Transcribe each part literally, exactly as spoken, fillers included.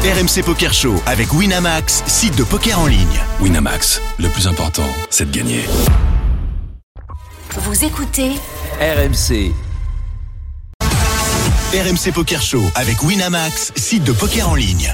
R M C Poker Show avec Winamax, site de poker en ligne. Winamax, le plus important, c'est de gagner. Vous écoutez R M C. R M C Poker Show avec Winamax, site de poker en ligne.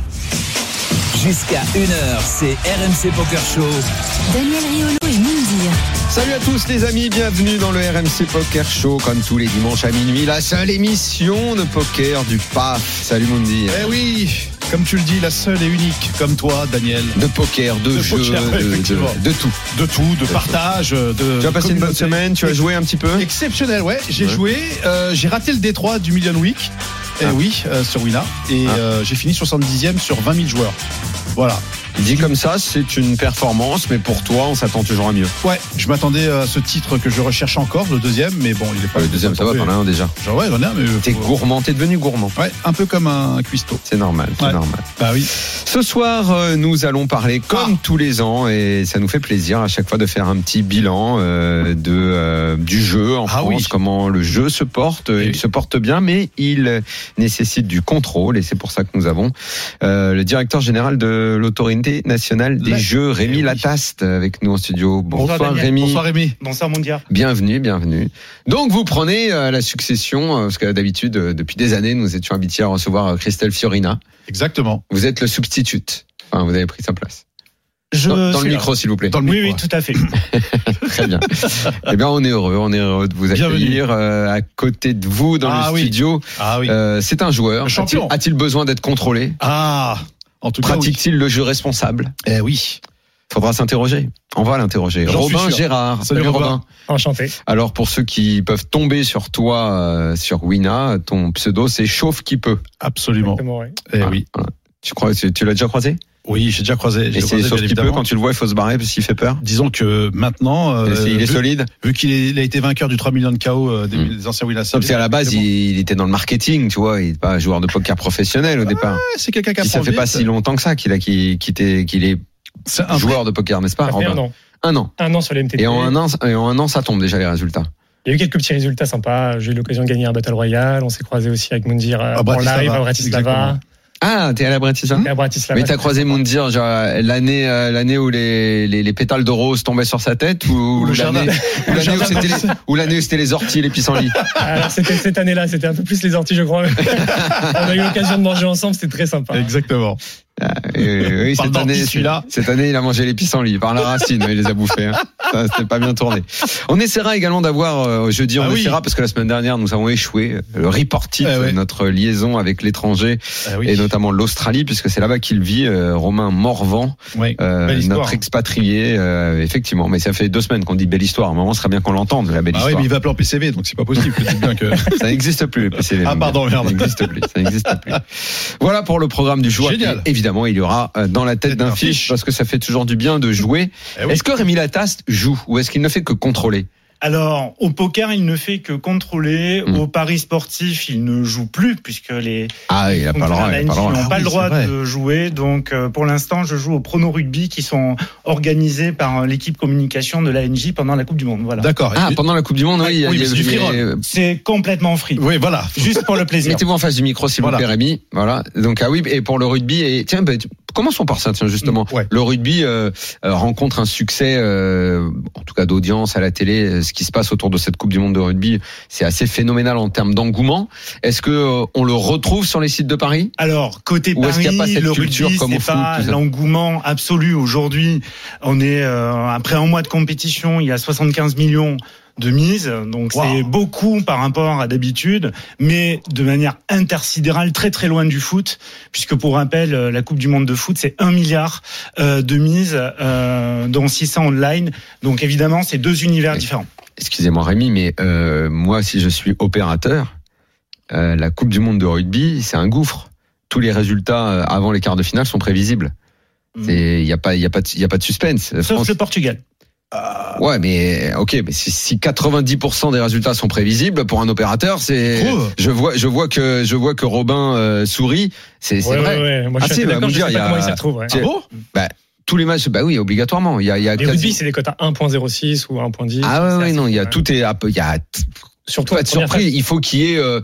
Jusqu'à une heure, c'est R M C Poker Show. Daniel Riolo et Moundir. Salut à tous les amis, bienvenue dans le R M C Poker Show, comme tous les dimanches à minuit, la seule émission de poker du P A F. Salut Moundir. Eh oui, comme tu le dis, la seule et unique, comme toi Daniel. De poker, de, de jeu, poker, de, de, de tout. De tout, de, de partage, de... Tu as passé une bonne semaine, tu as joué un petit peu ? Exceptionnel, ouais, j'ai ouais. joué, euh, j'ai raté le Détroit du Million Week, eh ah. oui, euh, sur Wina, et ah. euh, j'ai fini soixante-dixième sur vingt mille joueurs. Voilà. Dit comme ça, c'est une performance, mais pour toi, on s'attend toujours à mieux. Ouais, je m'attendais à ce titre que je recherche encore, le deuxième, mais bon, il est pas. Le deuxième, ça va, t'en as un déjà. Genre, ouais, j'en ai un, mais. T'es gourmand, t'es devenu gourmand. Ouais, un peu comme un cuistot. C'est normal, c'est ouais. normal. Bah oui. Ce soir, euh, nous allons parler, comme ah. tous les ans, et ça nous fait plaisir à chaque fois de faire un petit bilan euh, de euh, du jeu en ah, France, oui. comment le jeu se porte. Oui. Il se porte bien, mais il nécessite du contrôle, et c'est pour ça que nous avons euh, le directeur général de l'autorité nationale des La... jeux, Rémi oui. Lataste, avec nous en studio. Bonsoir, Bonsoir Rémi. Bonsoir Rémi. Bonsoir Moundir. Bienvenue, bienvenue. Donc vous prenez euh, la succession, euh, parce que d'habitude, euh, depuis des années, nous étions habitués à recevoir euh, Christelle Fiorina. Exactement. Vous êtes le substitut. Enfin, vous avez pris sa place. Je dans dans le là. micro, s'il vous plaît. Dans le oui, micro. Oui, tout à fait. Très bien. Eh bien, on est heureux, on est heureux de vous accueillir euh, à côté de vous dans ah, le oui. studio. Ah oui. Euh, c'est un joueur. Un champion. A-t-il, a-t-il besoin d'être contrôlé ? Ah. En tout cas, pratique-t-il oui. le jeu responsable ? Eh oui. Faudra s'interroger. On va l'interroger. J'en Robin Gérard. Salut, Salut Robin. Robin. Enchanté. Alors pour ceux qui peuvent tomber sur toi euh, sur Wina, ton pseudo c'est Chauffe qui peut. Absolument. Oui. Eh voilà, oui. Voilà. Tu crois tu, tu l'as déjà croisé ? Oui, j'ai déjà croisé. Et c'est Chauffe qui peut, quand tu le vois, il faut se barrer parce qu'il fait peur. Disons que maintenant, euh, il est vu, solide. Vu qu'il est, il a été vainqueur du trois millions de K O euh, des, mmh. des anciens Wina. Sauf qu'à la base, il, il était dans le marketing, tu vois, il n'est pas joueur de poker professionnel au ouais, départ. C'est quelqu'un qui a. Ça fait vite. Pas si longtemps que ça qu'il a qu'il, qu'il, était, qu'il est, c'est un joueur de poker, n'est-ce pas ? Ça fait un an. Un an. Un an sur les M T T. Et en un an, et en un an, ça tombe déjà les résultats. Il y a eu quelques petits résultats sympas. J'ai eu l'occasion de gagner un Battle Royale. On s'est croisé aussi avec Moundir en live à Bratislava. Ah, t'es allé à Bratislava? Mmh. à Bratislava. Mais t'as croisé Moundir, genre, l'année, euh, l'année où les, les, les pétales de rose tombaient sur sa tête, ou, ou l'année, ou l'année où c'était les, ou l'année où c'était les orties et les pissenlits? Alors, c'était cette année-là, c'était un peu plus les orties, je crois. On a eu l'occasion de manger ensemble, c'était très sympa. Exactement. Ah, euh, oui, cette année, celui-là. Cette année, il a mangé les pissenlits par la racine, il les a bouffés. Hein. Ça, c'était pas bien tourné. On essaiera également d'avoir, euh, jeudi, on ah, essaiera, oui. parce que la semaine dernière, nous avons échoué, le reportit, ah, ouais. notre liaison avec l'étranger, ah, oui. et notamment l'Australie, puisque c'est là-bas qu'il vit, euh, Romain Morvan, oui. euh, notre expatrié, euh, effectivement. Mais ça fait deux semaines qu'on dit belle histoire. À un moment, ce serait bien qu'on l'entende, la belle ah, histoire. Oui, mais il va appeler en P C V, donc c'est pas possible. bien que... Ça n'existe plus, le P C V. Ah, pardon, merde. Ça n'existe plus. Ça n'existe plus. Voilà pour le programme du jour. Génial. Et évidemment, il y aura dans la tête d'un fiche, parce que ça fait toujours du bien de jouer. Eh oui. Est-ce que Rémi Lataste joue ou est-ce qu'il ne fait que contrôler? Alors, au poker, il ne fait que contrôler. Mmh. Au paris sportif, il ne joue plus puisque les ah, il a pas le droit, n'ont ah, pas oui, le droit de jouer. Donc, euh, pour l'instant, je joue au Prono Rugby qui sont organisés par l'équipe communication de l'A N J pendant la Coupe du Monde. Voilà. D'accord. Ah, pendant la Coupe du Monde, oui, il y a, oui, il y a, du free roll. C'est complètement free. Oui, voilà. Juste pour le plaisir. Mettez-vous en face du micro, s'il voilà. vous plaît, Rémi. Voilà. Donc, ah oui, et pour le rugby, et tiens, bah, commençons par ça, tiens, justement. Ouais. Le rugby euh, rencontre un succès, euh, en tout cas d'audience à la télé. Ce qui se passe autour de cette Coupe du Monde de rugby, c'est assez phénoménal en termes d'engouement. Est-ce que euh, on le retrouve sur les sites de Paris? Alors, côté Ou Paris, est-ce qu'il n'y a pas cette le culture rugby, comme au c'est foot, pas l'engouement absolu. Aujourd'hui, on est euh, après un mois de compétition, il y a soixante-quinze millions de mise, donc wow. c'est beaucoup par rapport à d'habitude, mais de manière intersidérale, très très loin du foot, puisque pour rappel, la Coupe du Monde de foot, c'est un milliard euh, de mise, euh, dont six cents online, donc évidemment, c'est deux univers oui. différents. Excusez-moi Rémi, mais euh, moi, si je suis opérateur, euh, la Coupe du Monde de rugby, c'est un gouffre. Tous les résultats avant les quarts de finale sont prévisibles. Il mmh. n'y a pas, il y a pas, il y a pas de suspense. Sauf France... le Portugal. Euh... Ouais, mais ok, mais si, si quatre-vingt-dix pour cent des résultats sont prévisibles pour un opérateur, c'est. Oh. Je vois, je vois que, je vois que Robin euh, sourit. C'est, c'est ouais, vrai. Ouais, ouais. Moi, je ah, suis bah, d'accord. Je sais dire, pas a... comment il s'y retrouve. Ouais. Ah bon bah, tous les matchs, bah oui, obligatoirement. Il y a, il y a. Les quasi... rugby, c'est des cotes à un virgule zéro six ou un virgule dix. Ah ouais, ouais non, il y a tout est, il y a. Surtout pas de surprise. Il faut qu'il y ait. Euh,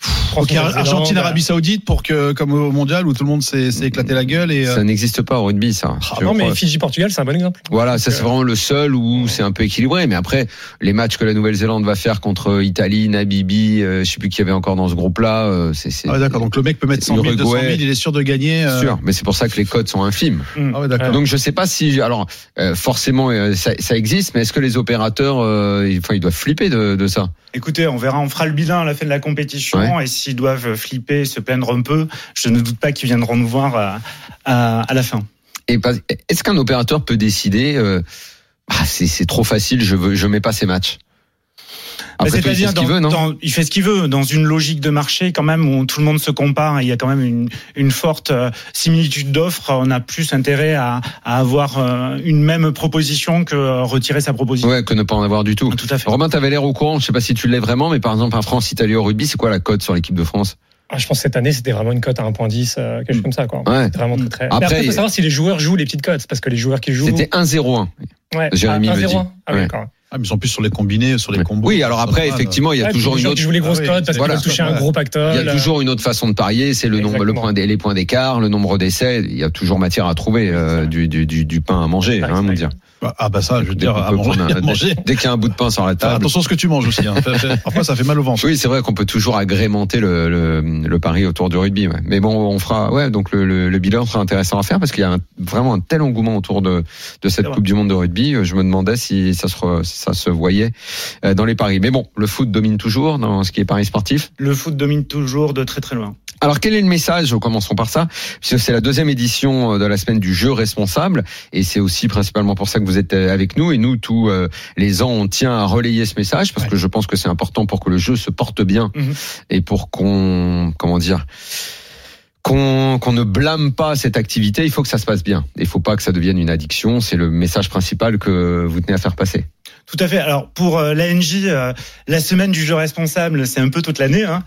Ok, Argentine, Arabie Saoudite pour que, comme au mondial où tout le monde s'est, s'est éclaté la gueule et. Ça n'existe pas au rugby, ça. Ah non, mais Fidji-Portugal, c'est un bon exemple. Voilà, ça c'est vraiment le seul où c'est un peu équilibré. Mais après, les matchs que la Nouvelle-Zélande va faire contre Italie, Namibie, euh, je sais plus qui y avait encore dans ce groupe-là. Euh, c'est, c'est. Ah ouais, d'accord. Donc le mec peut mettre cent mille, deux cent mille, il est sûr de gagner. Euh... Sûr, mais c'est pour ça que les codes sont infimes. Mmh. Ah ouais, d'accord. Donc je sais pas si, alors euh, forcément euh, ça, ça existe, mais est-ce que les opérateurs, euh, ils, enfin, ils doivent flipper de, de ça? Écoutez, on verra, on fera le bilan à la fin de la compétition, ouais. Et s'ils doivent flipper, se plaindre un peu, je ne doute pas qu'ils viendront nous voir à, à, à la fin. Et est-ce qu'un opérateur peut décider, euh, ah, c'est, c'est trop facile, je veux, je mets pas ces matchs? Après, c'est-à-dire, il fait, dans, veut, dans, il fait ce qu'il veut, dans une logique de marché quand même où tout le monde se compare, il y a quand même une, une forte similitude d'offres. On a plus intérêt à, à avoir une même proposition que retirer sa proposition. Ouais, que ne pas en avoir du tout. Tout à fait. Romain, t'avais l'air au courant, je sais pas si tu l'es vraiment, mais par exemple, un France-Italie au rugby, c'est quoi la cote sur l'équipe de France? Ah, je pense que cette année, c'était vraiment une cote à un virgule dix, euh, quelque chose comme ça, quoi. Ouais. C'était vraiment très, très... Après, après, il faut savoir si les joueurs jouent les petites cotes, parce que les joueurs qui jouent. C'était un zéro un. Ouais. Jérémy un me dit. zéro un. Ah, oui, ouais. d'accord. Ah, mais ils sont plus sur les combinés, sur les combos. Oui, alors après, effectivement, il y a ouais, toujours une autre. Qui jouent les grosses ah, oui, cotes parce voilà. qu'ils veulent toucher un gros pactole. Il y a toujours une autre façon de parier, c'est le nombre, le point, les points d'écart, le nombre d'essais. Il y a toujours matière à trouver, euh, du, du, du, du pain à manger, hein, mon dire. Ah bah ça, je veux dire, à manger, à manger. Dès, dès qu'il y a un bout de pain sur la table. Attention à ce que tu manges aussi. Hein. Parfois, ça fait mal au ventre. Oui, c'est vrai qu'on peut toujours agrémenter le, le, le pari autour du rugby. Ouais. Mais bon, on fera. Ouais, donc le, le, le bilan sera intéressant à faire parce qu'il y a un, vraiment un tel engouement autour de, de cette Coupe du Monde de rugby. Je me demandais si ça se, ça se voyait dans les paris. Mais bon, le foot domine toujours dans ce qui est paris sportif. Le foot domine toujours de très très loin. Alors quel est le message? Commençons par ça, puisque c'est la deuxième édition de la semaine du jeu responsable, et c'est aussi principalement pour ça que vous êtes avec nous. Et nous, tous les ans, on tient à relayer ce message parce ouais. que je pense que c'est important pour que le jeu se porte bien mmh. et pour qu'on, comment dire, qu'on, qu'on ne blâme pas cette activité. Il faut que ça se passe bien. Il faut pas que ça devienne une addiction. C'est le message principal que vous tenez à faire passer. Tout à fait. Alors pour euh, l'A N J, euh, la semaine du jeu responsable, c'est un peu toute l'année. Hein.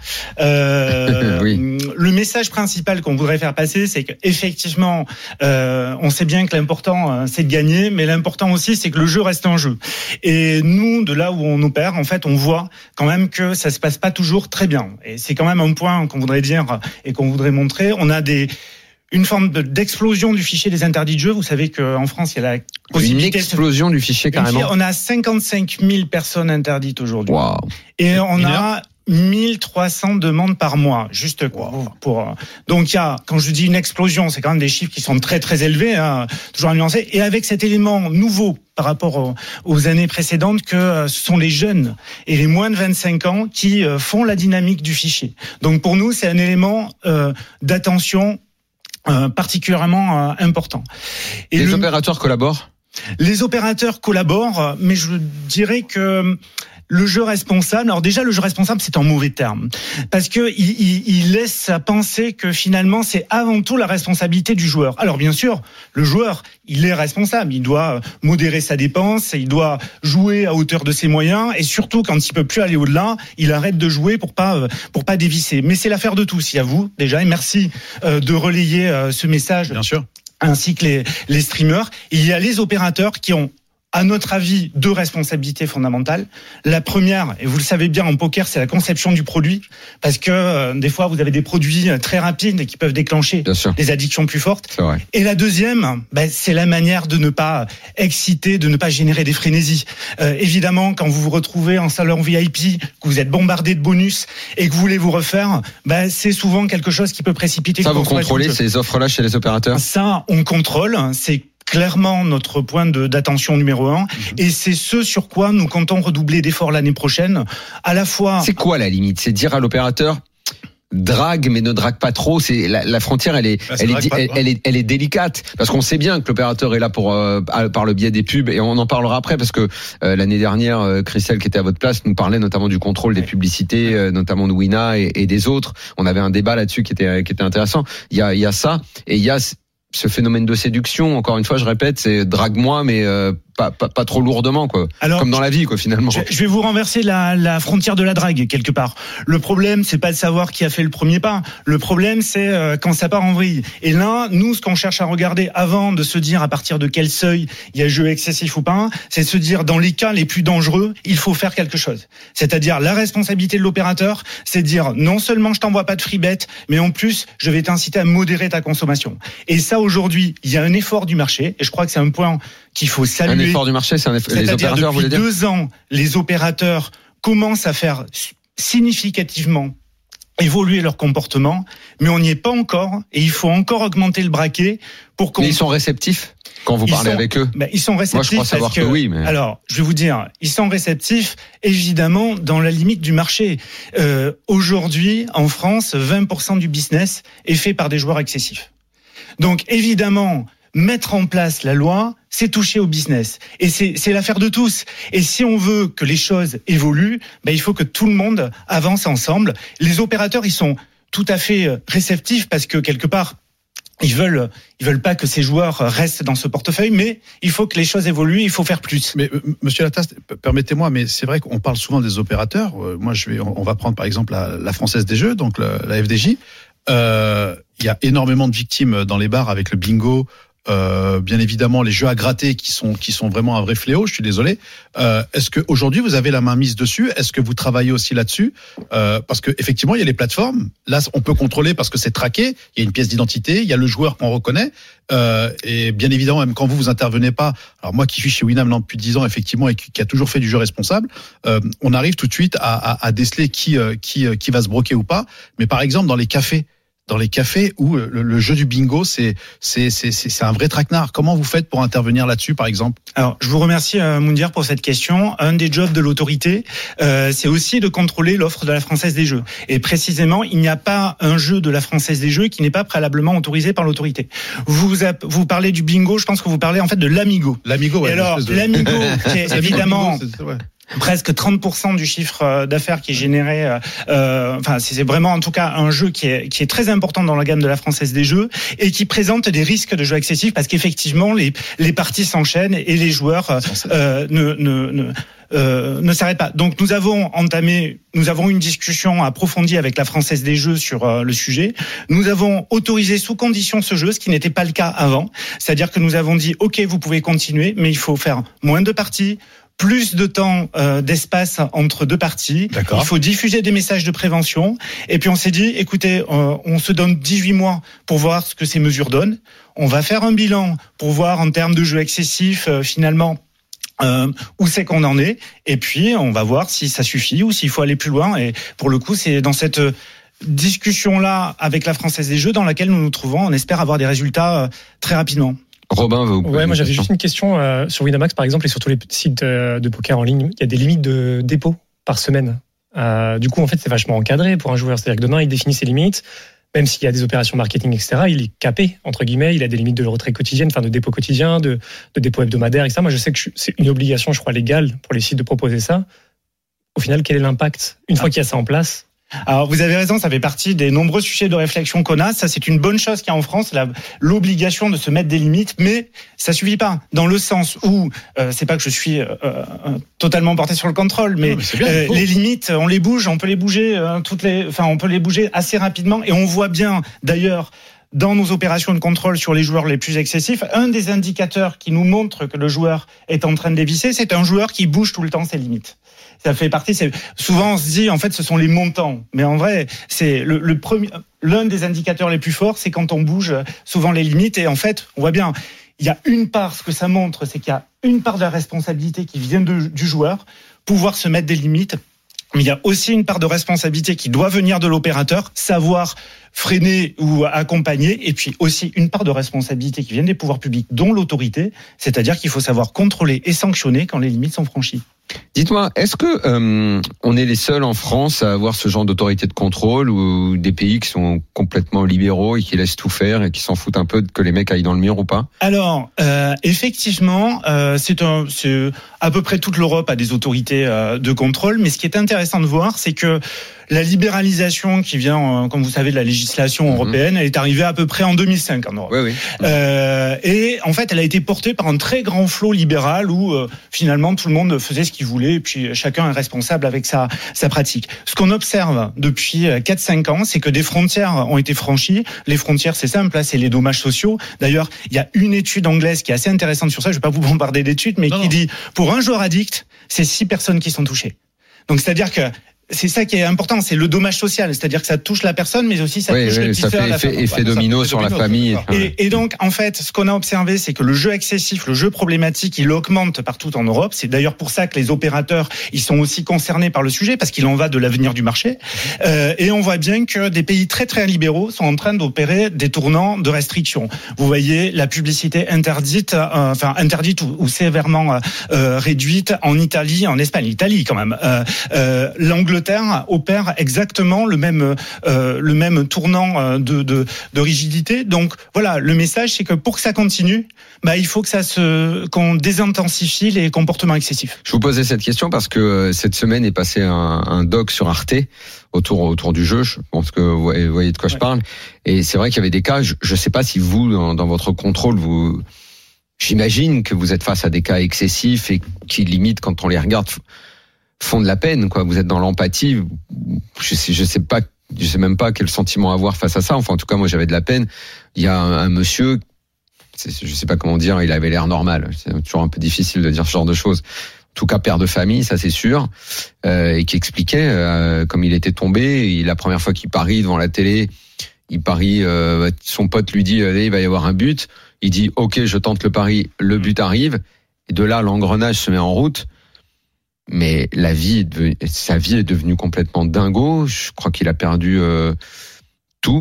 Euh, oui. Le message principal qu'on voudrait faire passer, c'est qu'effectivement, euh, on sait bien que l'important, euh, c'est de gagner, mais l'important aussi, c'est que le jeu reste un jeu. Et nous, de là où on opère, en fait, on voit quand même que ça se passe pas toujours très bien. Et c'est quand même un point qu'on voudrait dire et qu'on voudrait montrer. On a des une forme de, d'explosion du fichier des interdits de jeu. Vous savez qu'en France, il y a la possibilité... Une explosion du fichier, carrément. On a cinquante-cinq mille personnes interdites aujourd'hui. Wow. Et on a mille trois cents demandes par mois, juste wow. pour. Donc il y a, quand je dis une explosion, c'est quand même des chiffres qui sont très très élevés, hein, toujours à nuancer. Et avec cet élément nouveau par rapport aux, aux années précédentes, que euh, ce sont les jeunes et les moins de vingt-cinq ans qui euh, font la dynamique du fichier. Donc pour nous, c'est un élément euh, d'attention Euh, particulièrement euh, important. Et les le, opérateurs collaborent ? Les opérateurs collaborent, mais je dirais que le jeu responsable, alors déjà le jeu responsable c'est en mauvais terme, parce que il, il, il laisse à penser que finalement c'est avant tout la responsabilité du joueur. Alors bien sûr, le joueur il est responsable, il doit modérer sa dépense, il doit jouer à hauteur de ses moyens, et surtout quand il peut plus aller au-delà, il arrête de jouer pour pas pour pas dévisser. Mais c'est l'affaire de tous. Il y a vous déjà, et merci de relayer ce message. Bien sûr. Ainsi que les les streamers. Il y a les opérateurs qui ont, à notre avis, deux responsabilités fondamentales. La première, et vous le savez bien en poker, c'est la conception du produit, parce que euh, des fois vous avez des produits très rapides et qui peuvent déclencher des addictions plus fortes. C'est vrai. Et la deuxième, ben, c'est la manière de ne pas exciter, de ne pas générer des frénésies. Euh, évidemment, quand vous vous retrouvez en salon V I P, que vous êtes bombardé de bonus et que vous voulez vous refaire, ben, c'est souvent quelque chose qui peut précipiter. Ça, vous contrôlez ces offres-là chez les opérateurs ? Ça, on contrôle. C'est clairement notre point de, d'attention numéro un, mmh. et c'est ce sur quoi nous comptons redoubler d'efforts l'année prochaine. À la fois. C'est quoi la limite ? C'est dire à l'opérateur drague mais ne drague pas trop. C'est la, la frontière, elle est, ah, elle, est, elle, elle est, elle est délicate parce qu'on sait bien que l'opérateur est là pour euh, par le biais des pubs, et on en parlera après parce que euh, l'année dernière, euh, Christelle qui était à votre place nous parlait notamment du contrôle des publicités, euh, notamment de Wina et, et des autres. On avait un débat là-dessus qui était qui était intéressant. Il y a il y a ça et il y a ce phénomène de séduction, encore une fois, je répète, c'est drague-moi, mais euh, pas, pas, pas trop lourdement, quoi. Alors, comme dans la vie, quoi, finalement. Je, je vais vous renverser la, la frontière de la drague, quelque part. Le problème, c'est pas de savoir qui a fait le premier pas. Le problème, c'est euh, quand ça part en vrille. Et là, nous, ce qu'on cherche à regarder avant de se dire à partir de quel seuil il y a jeu excessif ou pas, c'est de se dire dans les cas les plus dangereux, il faut faire quelque chose. C'est-à-dire la responsabilité de l'opérateur, c'est de dire non seulement je t'envoie pas de free bet, mais en plus, je vais t'inciter à modérer ta consommation. Et ça, aujourd'hui, il y a un effort du marché, et je crois que c'est un point qu'il faut saluer. Un effort du marché, c'est un effort. Les opérateurs, depuis deux ans, les opérateurs commencent à faire significativement évoluer leur comportement, mais on n'y est pas encore, et il faut encore augmenter le braquet pour qu'on... Mais ils sont réceptifs quand vous parlez sont, avec eux? Ben, ils sont réceptifs. Moi, je crois savoir parce que, que oui, mais... Alors, je vais vous dire, ils sont réceptifs, évidemment, dans la limite du marché. Euh, aujourd'hui, en France, vingt pour cent du business est fait par des joueurs excessifs. Donc, évidemment, mettre en place la loi, c'est toucher au business. Et c'est, c'est l'affaire de tous. Et si on veut que les choses évoluent, ben, il faut que tout le monde avance ensemble. Les opérateurs, ils sont tout à fait réceptifs parce que, quelque part, ils veulent, ils veulent pas que ces joueurs restent dans ce portefeuille, mais il faut que les choses évoluent, il faut faire plus. Mais, euh, monsieur Lataste, permettez-moi, mais c'est vrai qu'on parle souvent des opérateurs. Euh, moi, je vais, on va prendre par exemple la, la Française des Jeux, donc la, la F D J. Euh, il y a énormément de victimes dans les bars avec le bingo. Euh, bien évidemment, les jeux à gratter qui sont qui sont vraiment un vrai fléau. Je suis désolé. Euh, est-ce que aujourd'hui vous avez la main mise dessus? Est-ce que vous travaillez aussi là-dessus? euh, Parce que effectivement, il y a les plateformes. Là, on peut contrôler parce que c'est traqué. Il y a une pièce d'identité. Il y a le joueur qu'on reconnaît. Euh, et bien évidemment, même quand vous vous intervenez pas. Alors moi, qui suis chez Winam depuis dix ans effectivement et qui, qui a toujours fait du jeu responsable, euh, on arrive tout de suite à, à, à déceler qui qui qui va se broquer ou pas. Mais par exemple, dans les cafés. Dans les cafés où le, le jeu du bingo, c'est, c'est, c'est, c'est un vrai traquenard. Comment vous faites pour intervenir là-dessus, par exemple? Alors, je vous remercie, euh, Moundir, pour cette question. Un des jobs de l'autorité, euh, c'est aussi de contrôler l'offre de la Française des Jeux. Et précisément, il n'y a pas un jeu de la Française des Jeux qui n'est pas préalablement autorisé par l'autorité. Vous, vous parlez du bingo, je pense que vous parlez en fait de l'amigo. L'amigo, ouais. Et alors, de... l'amigo, qui est évidemment... C'est, ouais. presque trente pour cent du chiffre d'affaires qui est généré. Euh, enfin, c'est vraiment en tout cas un jeu qui est qui est très important dans la gamme de la Française des Jeux et qui présente des risques de jeu excessifs parce qu'effectivement les les parties s'enchaînent et les joueurs euh, ne ne ne Euh, ne s'arrête pas. Donc nous avons entamé, nous avons une discussion approfondie avec la Française des Jeux sur euh, le sujet. Nous avons autorisé sous condition ce jeu, ce qui n'était pas le cas avant. C'est-à-dire que nous avons dit, ok, vous pouvez continuer, mais il faut faire moins de parties, plus de temps euh, d'espace entre deux parties. D'accord. Il faut diffuser des messages de prévention. Et puis on s'est dit, écoutez, euh, on se donne dix-huit mois pour voir ce que ces mesures donnent. On va faire un bilan pour voir en termes de jeu excessif, euh, finalement, Euh, où c'est qu'on en est, et puis on va voir si ça suffit ou s'il faut aller plus loin. Et pour le coup, c'est dans cette discussion-là avec la Française des Jeux dans laquelle nous nous trouvons. On espère avoir des résultats euh, très rapidement. Robin, vous ouais, moi j'avais juste une question euh, sur Winamax par exemple et sur tous les sites de, de poker en ligne. Il y a des limites de dépôt par semaine. Euh, du coup, en fait, c'est vachement encadré pour un joueur. C'est-à-dire que demain, il définit ses limites. Même s'il y a des opérations marketing, et cetera, il est capé, entre guillemets, il a des limites de retrait quotidienne, enfin de dépôt quotidien, de, de dépôt hebdomadaire, et cetera. Moi, je sais que je, c'est une obligation, je crois, légale pour les sites de proposer ça. Au final, quel est l'impact une fois qu'il y a ça en place? Alors, vous avez raison, ça fait partie des nombreux sujets de réflexion qu'on a. Ça, c'est une bonne chose qu'il y a en France, la, l'obligation de se mettre des limites, mais ça suffit pas. Dans le sens où, euh, c'est pas que je suis euh, euh, totalement porté sur le contrôle, mais, non, mais bien, euh, les limites, on les bouge, on peut les bouger, euh, toutes les, enfin, on peut les bouger assez rapidement, et on voit bien, d'ailleurs, dans nos opérations de contrôle sur les joueurs les plus excessifs, un des indicateurs qui nous montre que le joueur est en train de dévisser, c'est un joueur qui bouge tout le temps ses limites. Ça fait partie. C'est souvent on se dit en fait ce sont les montants, mais en vrai c'est le, le premier, l'un des indicateurs les plus forts, c'est quand on bouge souvent les limites. Et en fait, on voit bien, il y a une part. Ce que ça montre, c'est qu'il y a une part de la responsabilité qui vient de, du joueur, pouvoir se mettre des limites. Mais il y a aussi une part de responsabilité qui doit venir de l'opérateur, savoir freiner ou accompagner, et puis aussi une part de responsabilité qui vient des pouvoirs publics, dont l'autorité, c'est-à-dire qu'il faut savoir contrôler et sanctionner quand les limites sont franchies. Dites-moi, est-ce que euh, on est les seuls en France à avoir ce genre d'autorité de contrôle, ou des pays qui sont complètement libéraux et qui laissent tout faire et qui s'en foutent un peu que les mecs aillent dans le mur ou pas? Alors, euh, effectivement, euh, c'est, un, c'est à peu près toute l'Europe a des autorités euh, de contrôle, mais ce qui est intéressant de voir, c'est que la libéralisation qui vient, comme vous savez, de la législation mmh. européenne, elle est arrivée à peu près en deux mille cinq en Europe. Oui, oui. Euh, et en fait, elle a été portée par un très grand flot libéral où euh, finalement tout le monde faisait ce qu'il voulait et puis chacun est responsable avec sa, sa pratique. Ce qu'on observe depuis quatre cinq ans, c'est que des frontières ont été franchies. Les frontières, c'est simple, là, c'est les dommages sociaux. D'ailleurs, il y a une étude anglaise qui est assez intéressante sur ça, je ne vais pas vous bombarder d'études, mais non, qui non. dit, pour un joueur addict, c'est six personnes qui sont touchées. Donc, c'est-à-dire que c'est ça qui est important, c'est le dommage social, c'est-à-dire que ça touche la personne, mais aussi ça oui, touche oui, le petit ça frère, fait la effet, famille. effet domino fait sur domino, la famille. Et, et donc, en fait, ce qu'on a observé, c'est que le jeu excessif, le jeu problématique, il augmente partout en Europe. C'est d'ailleurs pour ça que les opérateurs, ils sont aussi concernés par le sujet, parce qu'il en va de l'avenir du marché. Euh, et on voit bien que des pays très très libéraux sont en train d'opérer des tournants de restrictions. Vous voyez la publicité interdite, euh, enfin interdite ou, ou sévèrement euh, réduite en Italie, en Espagne, Italie quand même. Euh, euh, L'Angleterre opère exactement le même euh, le même tournant de, de de rigidité. Donc voilà, le message c'est que pour que ça continue, bah il faut que ça se qu'on désintensifie les comportements excessifs. Je vous posais cette question parce que cette semaine est passé un, un doc sur Arte autour autour du jeu. Je pense que vous voyez de quoi je ouais. parle. Et c'est vrai qu'il y avait des cas. Je ne sais pas si vous dans, dans votre contrôle vous. J'imagine que vous êtes face à des cas excessifs et qui limite quand on les regarde font de la peine, quoi. Vous êtes dans l'empathie. Je sais, je sais pas, je sais même pas quel sentiment avoir face à ça. Enfin, en tout cas, moi, j'avais de la peine. Il y a un, un monsieur, je sais pas comment dire, il avait l'air normal. C'est toujours un peu difficile de dire ce genre de choses. En tout cas, père de famille, ça c'est sûr, euh, et qui expliquait, euh, comme il était tombé, il, la première fois qu'il parie devant la télé, il parie, euh, son pote lui dit, allez, il va y avoir un but. Il dit, ok, je tente le pari, le but arrive. Et de là, l'engrenage se met en route. Mais la vie, sa vie est devenue complètement dingo. Je crois qu'il a perdu euh, tout.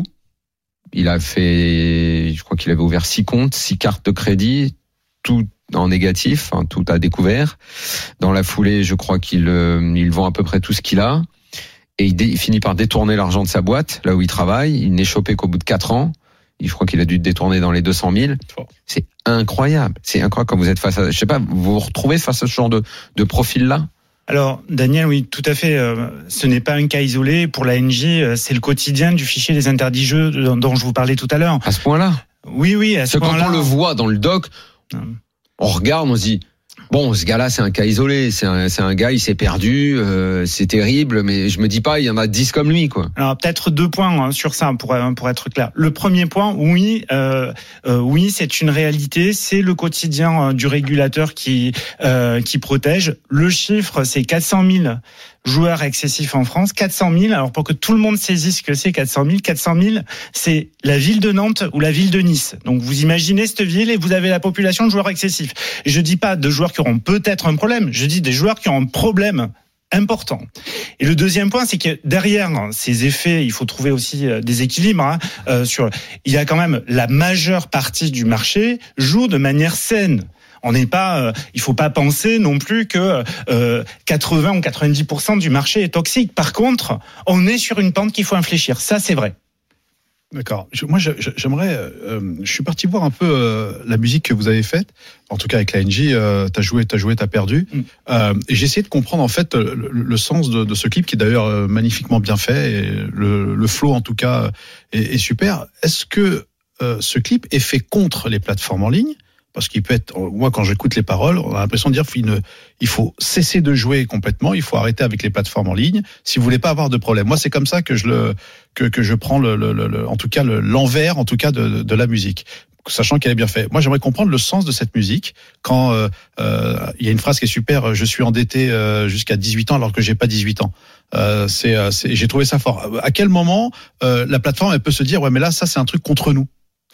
Il a fait, je crois qu'il avait ouvert six comptes, six cartes de crédit, tout en négatif, hein, tout à découvert. Dans la foulée, je crois qu'il euh, il vend à peu près tout ce qu'il a. Et il, dé, il finit par détourner l'argent de sa boîte, là où il travaille. Il n'est chopé qu'au bout de quatre ans. Je crois qu'il a dû détourner dans les deux cent mille. C'est incroyable. C'est incroyable quand vous êtes face à, je sais pas, vous vous retrouvez face à ce genre de, de profil-là? Alors, Daniel, oui, tout à fait. Euh, ce n'est pas un cas isolé. Pour l'A N J, euh, c'est le quotidien du fichier des interdits jeux dont, dont je vous parlais tout à l'heure. À ce point-là? Oui, oui, à ce Parce point-là. Quand on le voit dans le doc, hum. on regarde, on se dit, bon, ce gars-là, c'est un cas isolé. C'est un, c'est un gars, il s'est perdu, euh, c'est terrible, mais je me dis pas, il y en a dix comme lui, quoi. Alors, peut-être deux points hein, sur ça, pour, pour être clair. Le premier point, oui, euh, euh, oui, c'est une réalité, c'est le quotidien euh, du régulateur qui, euh, qui protège. Le chiffre, c'est quatre cent mille joueurs excessifs en France, quatre cent mille. Alors, pour que tout le monde saisisse ce que c'est quatre cent mille, quatre cent mille, c'est la ville de Nantes ou la ville de Nice. Donc, vous imaginez cette ville et vous avez la population de joueurs excessifs. Et je dis pas de joueurs qui auront peut-être un problème, je dis des joueurs qui ont un problème important. Et le deuxième point, c'est que derrière ces effets, il faut trouver aussi des équilibres. Hein, euh, sur, il y a quand même la majeure partie du marché joue de manière saine. On n'est pas, euh, il faut pas penser non plus que euh, quatre-vingts ou quatre-vingt-dix pour cent du marché est toxique. Par contre, on est sur une pente qu'il faut infléchir. Ça, c'est vrai. D'accord. Je, moi, je, je, j'aimerais. Euh, je suis parti voir un peu euh, la musique que vous avez faite. En tout cas, avec l'A N J, euh, t'as joué, t'as joué, t'as perdu. Mm. Euh, et j'ai essayé de comprendre en fait le, le sens de, de ce clip, qui est d'ailleurs euh, magnifiquement bien fait. Et le, le flow, en tout cas, est, est super. Est-ce que euh, ce clip est fait contre les plateformes en ligne? Parce qu'il peut être, moi quand j'écoute les paroles, on a l'impression de dire qu'il ne, il faut cesser de jouer complètement, il faut arrêter avec les plateformes en ligne si vous voulez pas avoir de problème. Moi c'est comme ça que je le que que je prends le, le, le en tout cas le, l'envers en tout cas de, de la musique, sachant qu'elle est bien faite. Moi j'aimerais comprendre le sens de cette musique quand euh, euh, il y a une phrase qui est super, je suis endetté euh, jusqu'à dix-huit ans alors que j'ai pas dix-huit ans. Euh, c'est, c'est j'ai trouvé ça fort. À quel moment euh, la plateforme elle peut se dire ouais mais là ça c'est un truc contre nous?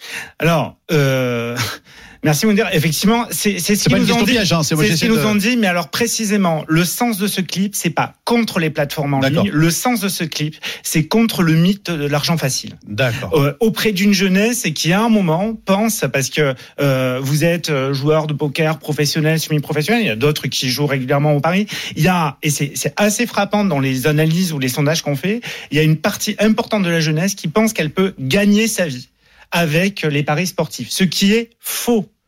Alors euh... Merci Moundir. Effectivement, c'est, c'est ce qu'ils nous ont dit. Piège, hein. C'est, c'est ce qu'ils nous de... ont dit. Mais alors précisément, le sens de ce clip, c'est pas contre les plateformes en D'accord. ligne. Le sens de ce clip, c'est contre le mythe de l'argent facile. D'accord. Euh, auprès d'une jeunesse et qui à un moment pense, parce que euh, vous êtes joueur de poker professionnel, semi-professionnel, il y a d'autres qui jouent régulièrement au pari. Il y a, et c'est, c'est assez frappant dans les analyses ou les sondages qu'on fait, il y a une partie importante de la jeunesse qui pense qu'elle peut gagner sa vie avec les paris sportifs, ce qui est faux.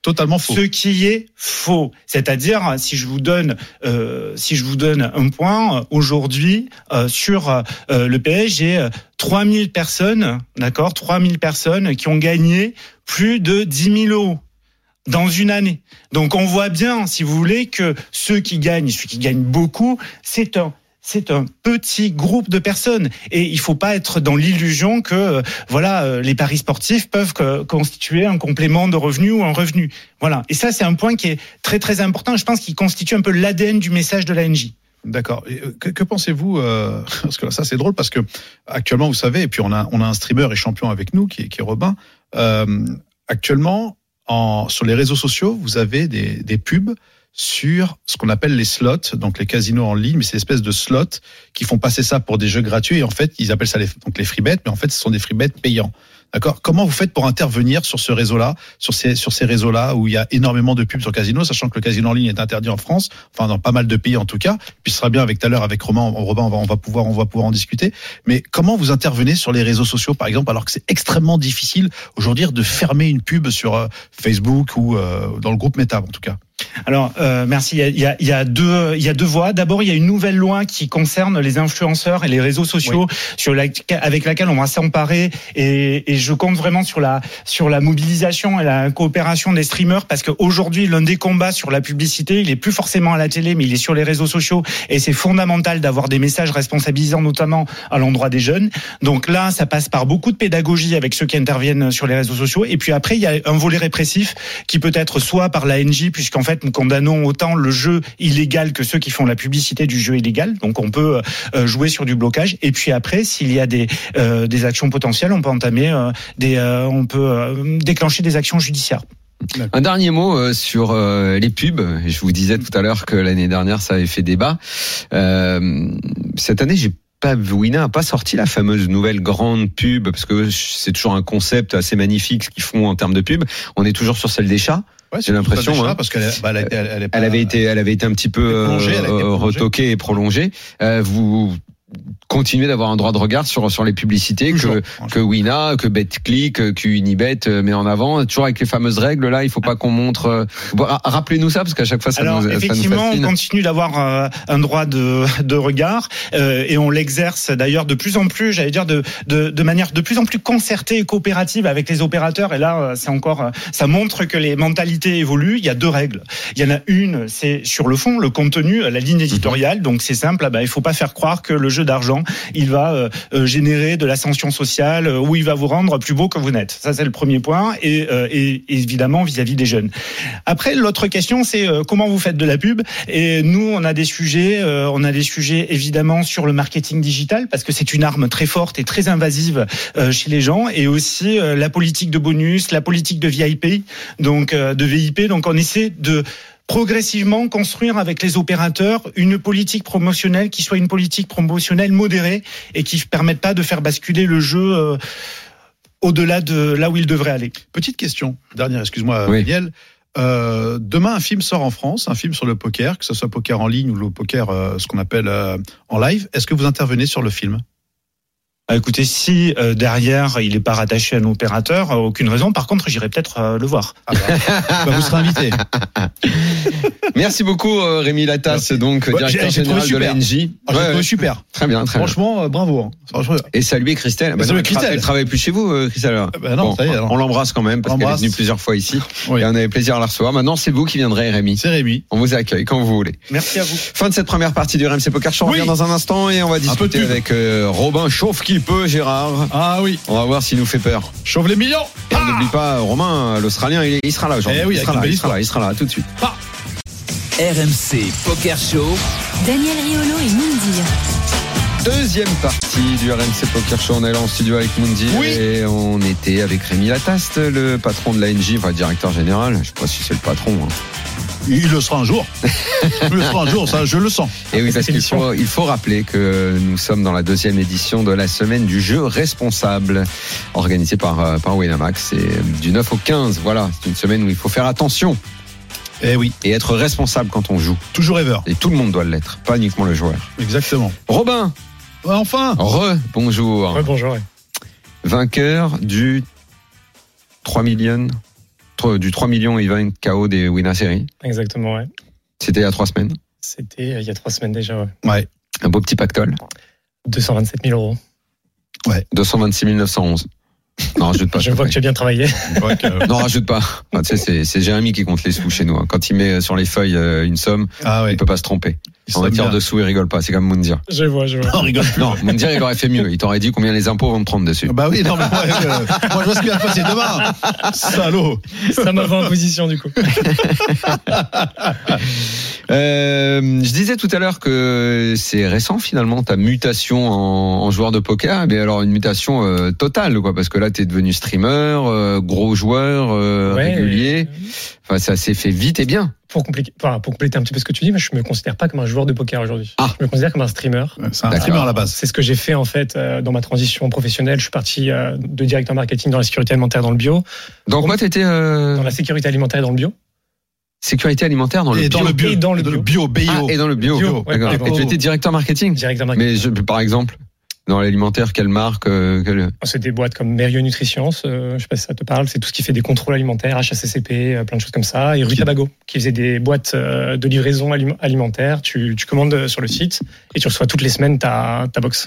Totalement faux. Ce qui est faux. C'est-à-dire, si je vous donne, euh, si je vous donne un point, aujourd'hui, euh, sur euh, le P S G, euh, trois mille personnes, d'accord, trois mille personnes qui ont gagné plus de dix mille euros. Dans une année. Donc on voit bien, si vous voulez, que ceux qui gagnent, ceux qui gagnent beaucoup, c'est un c'est un petit groupe de personnes. Et il faut pas être dans l'illusion que euh, voilà, euh, les paris sportifs peuvent que, constituer un complément de revenu ou un revenu. Voilà. Et ça, c'est un point qui est très très important. Je pense qu'il constitue un peu l'A D N du message de l'A N J. D'accord. Et que, que pensez-vous euh, parce que là, ça c'est drôle parce que actuellement, vous savez, et puis on a on a un streamer et champion avec nous qui est, qui est Robin. Euh, actuellement. En, sur les réseaux sociaux, vous avez des, des pubs sur ce qu'on appelle les slots, donc les casinos en ligne, mais c'est une espèce de slots qui font passer ça pour des jeux gratuits. Et en fait, ils appellent ça les, donc les free bets, mais en fait, ce sont des free bets payants. D'accord. Comment vous faites pour intervenir sur ce réseau-là, sur ces sur ces réseaux-là où il y a énormément de pubs sur casino, sachant que le casino en ligne est interdit en France, enfin dans pas mal de pays en tout cas. Puis ce sera bien avec tout à l'heure avec Romain, Robin, on va on va pouvoir on va pouvoir en discuter. Mais comment vous intervenez sur les réseaux sociaux, par exemple, alors que c'est extrêmement difficile aujourd'hui de fermer une pub sur euh, Facebook ou euh, dans le groupe Meta en tout cas. Alors, euh, merci. Il y a, il y a deux, il y a deux voies. D'abord, il y a une nouvelle loi qui concerne les influenceurs et les réseaux sociaux, oui. sur la, avec laquelle on va s'emparer. Et, et je compte vraiment sur la, sur la mobilisation et la coopération des streamers, parce qu'aujourd'hui, l'un des combats sur la publicité, il est plus forcément à la télé, mais il est sur les réseaux sociaux. Et c'est fondamental d'avoir des messages responsabilisants, notamment à l'endroit des jeunes. Donc là, ça passe par beaucoup de pédagogie avec ceux qui interviennent sur les réseaux sociaux. Et puis après, il y a un volet répressif qui peut être soit par l'A N J, puisqu'en fait, nous condamnons autant le jeu illégal que ceux qui font la publicité du jeu illégal. Donc on peut euh, jouer sur du blocage. Et puis après, s'il y a des euh, des actions potentielles, on peut entamer euh, des, euh, on peut euh, déclencher des actions judiciaires. Un dernier mot euh, sur euh, les pubs. Je vous disais tout à l'heure que l'année dernière ça avait fait débat. Euh, cette année, j'ai pas, Wina n'a pas sorti la fameuse nouvelle grande pub, parce que c'est toujours un concept assez magnifique ce qu'ils font en termes de pub. On est toujours sur celle des chats. Ouais, j'ai l'impression, chats, hein. parce qu'elle bah, elle, elle, elle, elle avait été, elle avait été un petit peu prolongée, euh, retoquée et prolongée. Euh, vous continuer d'avoir un droit de regard sur sur les publicités toujours, que que Wina, que BetClick, que Unibet met en avant, toujours avec les fameuses règles là. Il faut pas qu'on montre. Rappelez-nous ça parce qu'à chaque fois ça Alors, nous ça effectivement, nous fascine. On continue d'avoir euh, un droit de de regard euh, et on l'exerce d'ailleurs de plus en plus. J'allais dire de de de manière de plus en plus concertée et coopérative avec les opérateurs. Et là, c'est encore ça montre que les mentalités évoluent. Il y a deux règles. Il y en a une, c'est sur le fond, le contenu, la ligne éditoriale. Mm-hmm. Donc c'est simple. Bah, il faut pas faire croire que le jeu d'argent il va euh, générer de l'ascension sociale euh, ou il va vous rendre plus beau que vous n'êtes. Ça, c'est le premier point. Et, euh, et, et évidemment, vis-à-vis des jeunes. Après, l'autre question, c'est euh, comment vous faites de la pub. Et nous, on a des sujets, euh, on a des sujets évidemment sur le marketing digital, parce que c'est une arme très forte et très invasive euh, chez les gens. Et aussi euh, la politique de bonus, la politique de V I P, donc euh, de V I P. Donc, on essaie de progressivement construire avec les opérateurs une politique promotionnelle qui soit une politique promotionnelle modérée et qui ne permette pas de faire basculer le jeu euh, au-delà de là où il devrait aller. Petite question, dernière, excuse-moi, oui. Daniel. Euh, demain, un film sort en France, un film sur le poker, que ce soit poker en ligne ou le poker, euh, ce qu'on appelle euh, en live. Est-ce que vous intervenez sur le film ? Ah, écoutez, si euh, derrière il n'est pas rattaché à un opérateur, euh, aucune raison. Par contre, j'irai peut-être euh, le voir. Ah bah, bah, vous serez invité. Merci beaucoup euh, Rémi Latasse, Merci. donc ouais, directeur j'ai, j'ai général de l'A N J. Ah, j'ai ouais, trouvé ouais. super. Très bien, très Franchement, bien. Euh, bravo. Hein. Et saluer Christelle. Bah, non, elle, Christelle. Elle travaille plus chez vous, euh, Christelle. Euh, bah non, bon, ça y est, on l'embrasse quand même parce qu'elle est venue plusieurs fois ici. Oui. Et on avait plaisir à la recevoir. Maintenant, c'est vous qui viendrez, Rémi. C'est Rémi. On vous accueille quand vous voulez. Merci à vous. Fin de cette première partie du R M C Poker Show. On oui. revient dans un instant et on va discuter avec euh, Robin Chauffe qui peut, Gérard. Ah oui. On va voir s'il nous fait peur. Chauffe les millions. Et on n'oublie pas Romain, l'Australien, il, il sera là aujourd'hui. Eh oui, il, sera là, il sera là, il sera là tout de suite. Ah. R M C Poker Show. Daniel Riolo et Moundir. Deuxième partie du R M C Poker Show. On est là en studio avec Moundir oui. et on était avec Rémi Lataste, le patron de l'A N J, enfin directeur général. Je ne sais pas si c'est le patron. Hein. Il le sera un jour. Il le sera un jour, ça, je le sens. Et oui, parce qu'il faut, il faut rappeler que nous sommes dans la deuxième édition de la semaine du jeu responsable, organisée par, par Winamax. C'est du neuf au quinze. Voilà, c'est une semaine où il faut faire attention. Eh oui. Et être responsable quand on joue. Toujours ever. Et tout le monde doit l'être, pas uniquement le joueur. Exactement. Robin. Enfin. Re, bonjour. Ouais, bonjour. Ouais. Vainqueur du trois millions. du trois millions event K O des Wina Series. Exactement, ouais. C'était il y a trois semaines. C'était il y a trois semaines déjà, ouais. Ouais. Un beau petit pactole. deux cent vingt-sept mille euros. Ouais. deux cent vingt-six mille neuf cent onze. Non, rajoute pas. Je vois que tu as bien travaillé. Que... Non, rajoute pas. Enfin, tu sais, c'est, c'est Jérémy qui compte les sous chez nous. Hein. Quand il met sur les feuilles euh, une somme, ah ouais. il peut pas se tromper. Il en matière de sous, il rigole pas. C'est comme Moundir. Je vois, je vois. Non, rigole plus. Non, Moundir, il aurait fait mieux. Il t'aurait dit combien les impôts vont te prendre dessus. Bah oui, non, mais moi, euh, moi je vois ce qui va se passer demain. Salaud. Ça m'a fait en position, du coup. euh, je disais tout à l'heure que c'est récent, finalement, ta mutation en, en joueur de poker. Mais alors, une mutation euh, totale, quoi. Parce que là, t'es devenu streamer, euh, gros joueur, euh, ouais, régulier. Enfin, ça s'est fait vite et bien. Pour, compliquer, enfin, pour compléter un petit peu ce que tu dis, moi, je me considère pas comme un joueur de poker aujourd'hui. Ah. Je me considère comme un streamer. C'est un D'accord. streamer à la base. C'est ce que j'ai fait en fait euh, dans ma transition professionnelle. Je suis parti euh, de directeur marketing dans la sécurité alimentaire dans le bio. Dans quoi t'étais euh... Dans la sécurité alimentaire et dans le bio. Sécurité alimentaire dans le et bio. Dans le bio. Et dans le bio. bio, bio. Ah, et dans le bio. bio. Ouais, D'accord. Et tu étais directeur marketing. Directeur marketing. Mais je, par exemple. Dans l'alimentaire, quelle marque euh, quelle... C'est des boîtes comme Merio Nutrition, euh, je sais pas si ça te parle, c'est tout ce qui fait des contrôles alimentaires, H A C C P, euh, plein de choses comme ça. Et Rue Tabago, qui faisait des boîtes euh, de livraison alim- alimentaire. Tu, tu commandes sur le site et tu reçois toutes les semaines ta, ta box.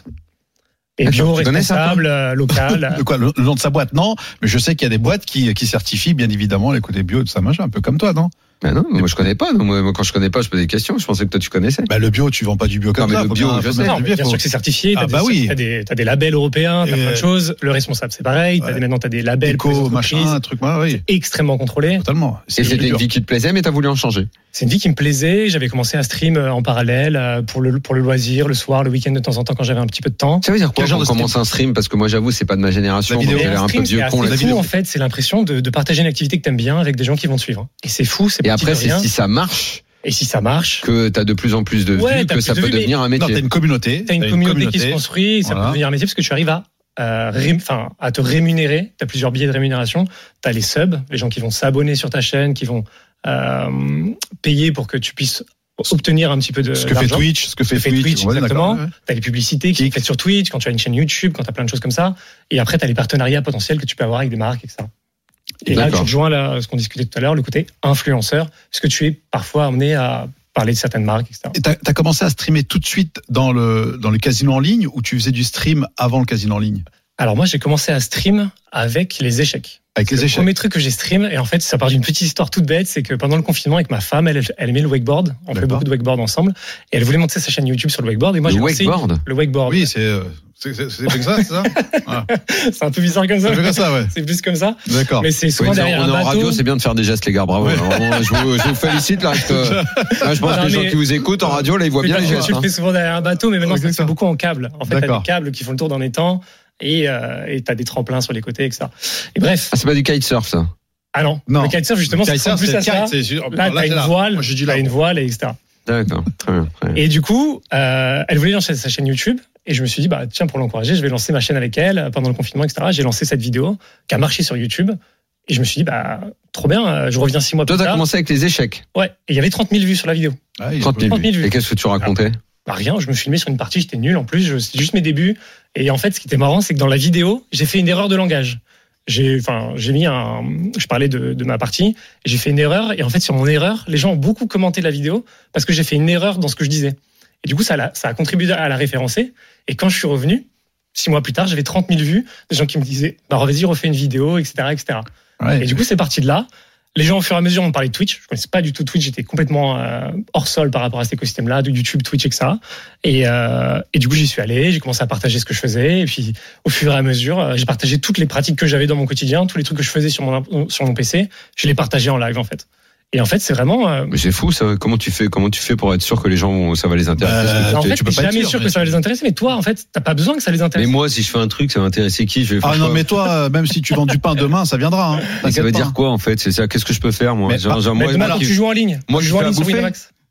Et bio, responsable, ça, local. Quoi, le, le nom de sa boîte, non. Mais je sais qu'il y a des boîtes qui, qui certifient, bien évidemment, les côtés bio de ça, machin, un peu comme toi, non? Ben non, moi je connais pas. Non, moi, quand je connais pas, je pose des questions. Je pensais que toi tu connaissais. Bah le bio, tu vends pas du bio comme non, ça. Mais le bio, je sais. Non, bien sûr que c'est certifié. T'as ah des, bah oui. T'as des, t'as des labels européens, t'as et plein de choses. Le responsable, c'est pareil. T'as ouais. des, maintenant, t'as des labels. Éco, machin, un truc, ouais, oui. Extrêmement contrôlé. Totalement. C'est et c'était une vie qui te plaisait, mais t'as voulu en changer. C'est une vie qui me plaisait. J'avais commencé à stream en parallèle pour le pour le loisir, le soir, le week-end de temps en temps quand j'avais un petit peu de temps. Ça veut dire quoi quand on commence un stream? Parce que moi, j'avoue, c'est pas de ma génération. J'ai l'air un peu vieux con. La vidéo, en fait, c'est l'impression de, de partager une activité que t'aimes bien avec des gens qui vont te suivre. Et c'est fou. C'est et après, c'est si ça marche. Et si ça marche, que t'as de plus en plus de vues, ouais, que ça peut de devenir un métier. Non, t'as une communauté. T'as une, t'as une communauté, communauté qui se construit, ça voilà. peut devenir un métier parce que tu arrives à, euh, ré, enfin, à te rémunérer. T'as plusieurs billets de rémunération. T'as les subs, les gens qui vont s'abonner sur ta chaîne, qui vont euh, payer pour que tu puisses obtenir un petit peu de ce que d'argent. fait Twitch, ce que fait, fait Twitch, Twitch ouais, exactement. Ouais. T'as les publicités qui sont faites sur Twitch, quand tu as une chaîne YouTube, quand t'as plein de choses comme ça. Et après, t'as les partenariats potentiels que tu peux avoir avec des marques, et cetera. Et D'accord. là, tu rejoins là, ce qu'on discutait tout à l'heure, le côté influenceur, puisque tu es parfois amené à parler de certaines marques, et cetera. Et t'as, t'as commencé à streamer tout de suite dans le, dans le casino en ligne ou tu faisais du stream avant le casino en ligne? Alors moi, j'ai commencé à stream avec les échecs. Avec les c'est échecs. Le premier truc que j'ai stream, et en fait, ça part d'une petite histoire toute bête, c'est que pendant le confinement, avec ma femme, elle, elle aimait le wakeboard. On D'accord. fait beaucoup de wakeboard ensemble. Et elle voulait monter sa chaîne YouTube sur le wakeboard. Et moi, le j'ai wakeboard lancé le wakeboard. Oui, c'est, c'est, c'est, c'est comme ça, c'est ça? Ah. C'est un peu bizarre comme ça. C'est comme ça, ouais. C'est plus comme ça. D'accord. Mais c'est souvent oui, derrière on un est bateau. En radio, c'est bien de faire des gestes, les gars. Bravo. Ouais. Alors, je, vous, je vous félicite, là. Que, là je pense non, que les gens qui vous écoutent en radio, là, ils voient bien les gestes. Tu le fais souvent derrière un bateau, mais maintenant, ouais, ça se fait beaucoup en câble. En fait, D'accord. t'as des câbles qui font le tour d'un étang. Et euh, et t'as des tremplins sur les côtés, et cetera. Et bref. Ah, c'est pas du kitesurf, ça? Ah non. non. Le kitesurf, justement, c'est plus à ça. Là, t'as une voile, t'as une voile, et cetera. D'accord. Très bien, très bien. Et du coup, euh, elle voulait lancer sa chaîne YouTube. Et je me suis dit, bah, tiens, pour l'encourager, je vais lancer ma chaîne avec elle pendant le confinement, et cetera. J'ai lancé cette vidéo qui a marché sur YouTube. Et je me suis dit, bah, trop bien, je reviens six mois Toi, plus tard. Toi, t'as commencé avec les échecs. Ouais. Et il y avait trente mille vues sur la vidéo. Ah, trente mille vues. Et qu'est-ce que tu racontais? Bah rien, je me filmais sur une partie, j'étais nul en plus, je, c'était juste mes débuts. Et en fait, ce qui était marrant, c'est que dans la vidéo, j'ai fait une erreur de langage. J'ai, enfin, j'ai mis un, je parlais de, de ma partie, et j'ai fait une erreur. Et en fait, sur mon erreur, les gens ont beaucoup commenté la vidéo parce que j'ai fait une erreur dans ce que je disais. Et du coup, ça a, ça a contribué à la référencer. Et quand je suis revenu, six mois plus tard, j'avais trente mille vues, des gens qui me disaient, bah vas-y, refais une vidéo, et cetera, et cetera. Ouais. Et du coup, c'est parti de là. Les gens, au fur et à mesure, on parlait de Twitch. Je connaissais pas du tout Twitch. J'étais complètement euh, hors sol par rapport à cet écosystème-là, de YouTube, Twitch, et cetera. Et, euh, et du coup, j'y suis allé. J'ai commencé à partager ce que je faisais. Et puis, au fur et à mesure, euh, j'ai partagé toutes les pratiques que j'avais dans mon quotidien, tous les trucs que je faisais sur mon sur mon P C. Je les partageais en live, en fait. Et en fait, c'est vraiment. Euh... Mais c'est fou, ça. Comment tu fais Comment tu fais pour être sûr que les gens, ça va les intéresser? euh, tu, En fait, tu peux pas jamais sûr, sûr que ça va les intéresser. Mais toi, en fait, t'as pas besoin que ça les intéresse. Mais moi, si je fais un truc, ça va intéresser qui? Je vais faire Ah non, mais toi, même si tu vends du pain demain, ça viendra. Hein. Ça veut dire quoi, en fait? C'est ça. Qu'est-ce que je peux faire, moi? mais, genre, bah, genre, mais moi, demain, moi, alors, tu joues en ligne. Moi, tu je joues en fais ligne à sur bouffer. Winamax.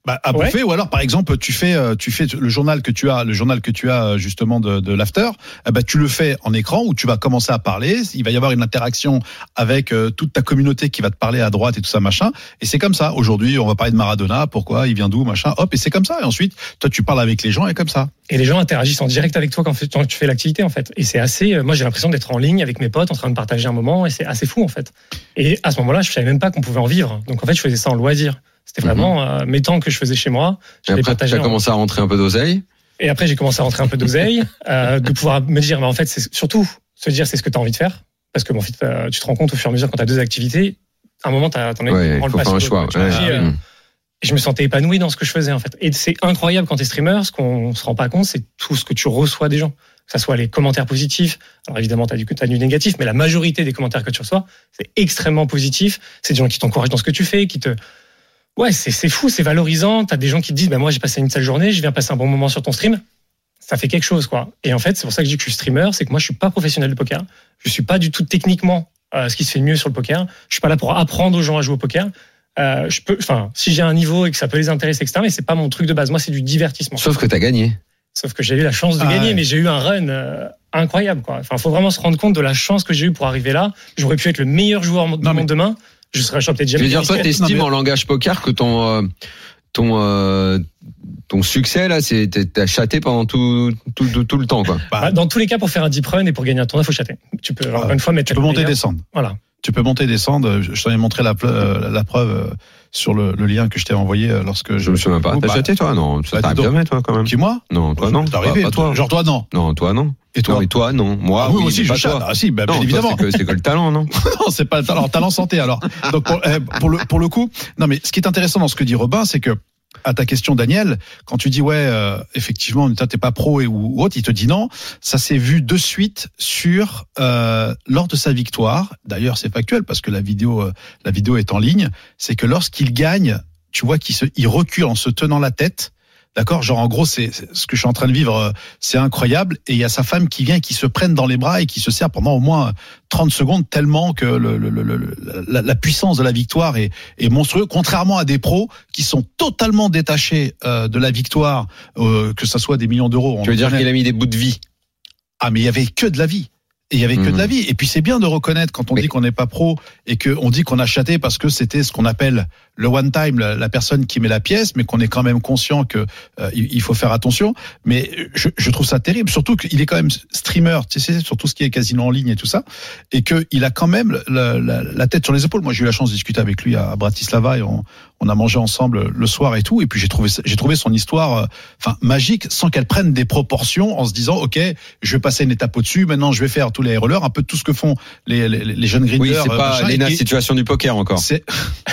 Bah, à bouffer, ouais. Ou alors par exemple tu fais tu fais le journal que tu as le journal que tu as justement de, de l'after, eh ben, tu le fais en écran où tu vas commencer à parler, il va y avoir une interaction avec euh, toute ta communauté qui va te parler à droite et tout ça machin, et c'est comme ça. Aujourd'hui on va parler de Maradona, pourquoi il vient d'où machin, hop, et c'est comme ça, et ensuite toi tu parles avec les gens et comme ça. Et les gens interagissent en direct avec toi quand tu fais l'activité en fait, et c'est assez, moi j'ai l'impression d'être en ligne avec mes potes en train de partager un moment, et c'est assez fou en fait. Et à ce moment-là je savais même pas qu'on pouvait en vivre, donc en fait je faisais ça en loisir. C'était vraiment mmh. euh, mes temps que je faisais chez moi. Et après, tu as commencé à rentrer un peu d'oseille. Et après, j'ai commencé à rentrer un peu d'oseille, euh, de pouvoir me dire, mais en fait, c'est surtout se dire, c'est ce que tu as envie de faire. Parce que, bon, en fait, euh, tu te rends compte au fur et à mesure quand tu as deux activités, à un moment, tu as, t'en as ouais, il faut faire un choix. Ouais, ouais. Euh, mmh. Et je me sentais épanoui dans ce que je faisais, en fait. Et c'est incroyable quand tu es streamer, ce qu'on se rend pas compte, c'est tout ce que tu reçois des gens. Que ça soit les commentaires positifs. Alors évidemment, tu as du, t'as du négatif, mais la majorité des commentaires que tu reçois, c'est extrêmement positif. C'est des gens qui t'encouragent dans ce que tu fais, qui te. Ouais, c'est, c'est fou, c'est valorisant. T'as des gens qui te disent, bah, moi, j'ai passé une sale journée, je viens passer un bon moment sur ton stream. Ça fait quelque chose, quoi. Et en fait, c'est pour ça que je dis que je suis streamer, c'est que moi, je suis pas professionnel de poker. Je suis pas du tout techniquement euh, ce qui se fait de mieux sur le poker. Je suis pas là pour apprendre aux gens à jouer au poker. Euh, je peux, enfin, si j'ai un niveau et que ça peut les intéresser, et cetera, mais c'est pas mon truc de base. Moi, c'est du divertissement. Sauf que t'as gagné. Sauf que j'ai eu la chance de ah gagner, ouais. Mais j'ai eu un run euh, incroyable, quoi. Enfin, faut vraiment se rendre compte de la chance que j'ai eu pour arriver là. J'aurais pu être le meilleur joueur du monde demain. Je serais peut-être jamais. Je veux dire, toi, t'estimes en langage poker que ton euh, ton euh, ton succès là, c'est t'as chaté pendant tout tout tout, tout le temps, quoi. Bah, dans tous les cas, pour faire un deep run et pour gagner un tournoi, faut chater. Tu peux encore une fois mettre. Tu peux monter et descendre. Voilà. Tu peux monter et descendre. Je t'en ai montré la euh, la preuve sur le, le lien que je t'ai envoyé lorsque je. Je me souviens pas. T'as bah, chaté toi, non? Ça bah, t'arrive jamais toi quand même. Qui moi? Non, toi non. T'es arrivé. Pas toi. Genre toi non. Non, toi non. Et toi? Non, et toi, non. Moi, ah, oui, oui, aussi, je chatte. Ah, si, bah, non, bien évidemment. Toi, c'est, que, c'est que le talent, non? Non, c'est pas le talent. Talent santé, alors. Donc, pour, euh, pour le, pour le coup, non, mais ce qui est intéressant dans ce que dit Robin, c'est que, à ta question, Daniel, quand tu dis, ouais, euh, effectivement, t'es pas pro et, ou, ou autre, il te dit non. Ça s'est vu de suite sur, euh, lors de sa victoire. D'ailleurs, c'est factuel parce que la vidéo, euh, la vidéo est en ligne. C'est que lorsqu'il gagne, tu vois qu'il se, il recule en se tenant la tête. D'accord, genre en gros c'est, c'est ce que je suis en train de vivre, c'est incroyable. Et il y a sa femme qui vient, qui se prenne dans les bras et qui se serre pendant au moins trente secondes, tellement que le, le, le, la, la puissance de la victoire est, est monstrueuse. Contrairement à des pros qui sont totalement détachés euh, de la victoire, euh, que ça soit des millions d'euros. Tu veux dire qu'il a mis des bouts de vie? Ah mais il y avait que de la vie. Et il y avait que de la vie. Et puis c'est bien de reconnaître quand on mais... dit qu'on n'est pas pro et qu'on dit qu'on a chaté parce que c'était ce qu'on appelle le one time, la, la personne qui met la pièce, mais qu'on est quand même conscient que euh, il faut faire attention. Mais je, je trouve ça terrible, surtout qu'il est quand même streamer, tu sais, sur tout ce qui est casino en ligne et tout ça, et que il a quand même la, la, la tête sur les épaules. Moi, j'ai eu la chance de discuter avec lui à Bratislava et on, on a mangé ensemble le soir et tout. Et puis j'ai trouvé, j'ai trouvé son histoire, enfin euh, magique, sans qu'elle prenne des proportions, en se disant, ok, je vais passer une étape au-dessus. Maintenant, je vais faire tous les rollers, un peu tout ce que font les, les, les jeunes grinders. Oui, c'est pas euh, l'E N A situation du poker encore. C'est...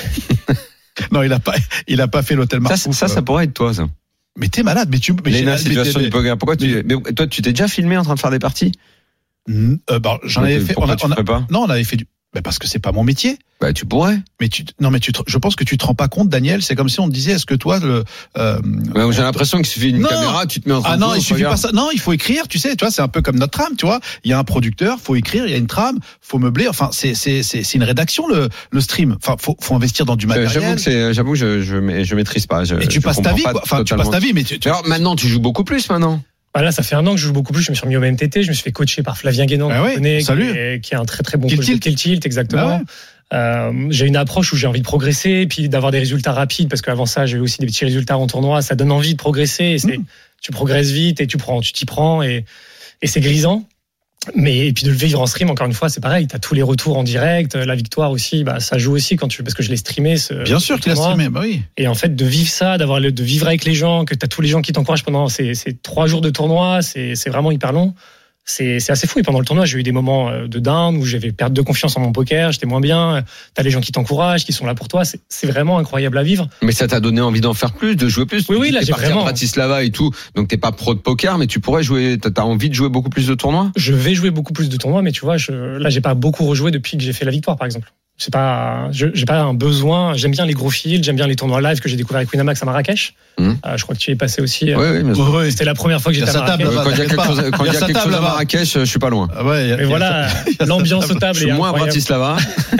non, il a pas, il a pas fait l'hôtel Marcouf. Ça, ça, ça pourrait être toi, ça. Mais t'es malade, mais tu. L'E N A situation du poker. Pourquoi tu, mais toi, tu t'es déjà filmé en train de faire des parties? Mmh, euh, bah, j'en avais fait. Pourquoi on a, tu on a, ferais pas? Non, on avait fait du. Bah parce que c'est pas mon métier. Bah tu pourrais. Mais tu non mais tu te, je pense que tu te rends pas compte, Daniel. C'est comme si on te disait, est-ce que toi le. Euh, bah, j'ai l'impression qu'il suffit d'une caméra, tu te mets en train ah de. Ah non, il suffit pas ça. Non, il faut écrire. Tu sais, tu vois, c'est un peu comme notre trame, tu vois. Il y a un producteur, faut écrire. Il y a une trame, faut meubler. Enfin, c'est c'est c'est c'est une rédaction le le stream. Enfin, faut faut investir dans du matériel. J'avoue que c'est, j'avoue, je je je maîtrise pas. Je, Et tu je passes ta vie. Quoi. Enfin, tu passes ta vie, mais tu. tu... Alors maintenant, tu joues beaucoup plus maintenant. Bah là, ça fait un an que je joue beaucoup plus. Je me suis remis au M T T. Je me suis fait coacher par Flavien Guénon, ah ouais, connais, qui, est, qui est un très très bon Kill coach tilt. de Kill Tilt, exactement. Bah ouais. Euh, j'ai une approche où j'ai envie de progresser, puis d'avoir des résultats rapides, parce qu'avant ça, j'ai eu aussi des petits résultats en tournoi. Ça donne envie de progresser. Et c'est, mmh. tu progresses vite et tu prends, tu t'y prends et, et c'est grisant. Mais et puis de le vivre en stream, encore une fois, c'est pareil. T'as tous les retours en direct, la victoire aussi. Bah ça joue aussi quand tu, parce que je l'ai streamé. Ce, Bien sûr qu'il a streamé, bah oui. Et en fait, de vivre ça, d'avoir le, de vivre avec les gens, que t'as tous les gens qui t'encouragent pendant ces, ces trois jours de tournoi, c'est, c'est vraiment hyper long. C'est, c'est assez fou. Et pendant le tournoi, j'ai eu des moments de down où j'avais perdu de confiance en mon poker, j'étais moins bien. T'as les gens qui t'encouragent, qui sont là pour toi. C'est, c'est vraiment incroyable à vivre. Mais ça t'a donné envie d'en faire plus, de jouer plus. Oui, oui, là, t'es j'ai parti vraiment. à Bratislava et tout. Donc t'es pas pro de poker, mais tu pourrais jouer. T'as, t'as envie de jouer beaucoup plus de tournois? Je vais jouer beaucoup plus de tournois, mais tu vois, je, là, j'ai pas beaucoup rejoué depuis que j'ai fait la victoire, par exemple. C'est pas, je, j'ai pas un besoin. J'aime bien les gros fields, j'aime bien les tournois live que j'ai découvert avec Winamax à Marrakech. Mmh. Euh, je crois que tu y es passé aussi. Oui, oui, bien sûr. Euh, c'était la première fois que j'étais à Marrakech. Table, quand il y a quelque chose, quand il y a quelque chose à Marrakech, je suis pas loin. Ah ouais, y a, Mais y a voilà, l'ambiance aux tables. Je suis moins à Bratislava.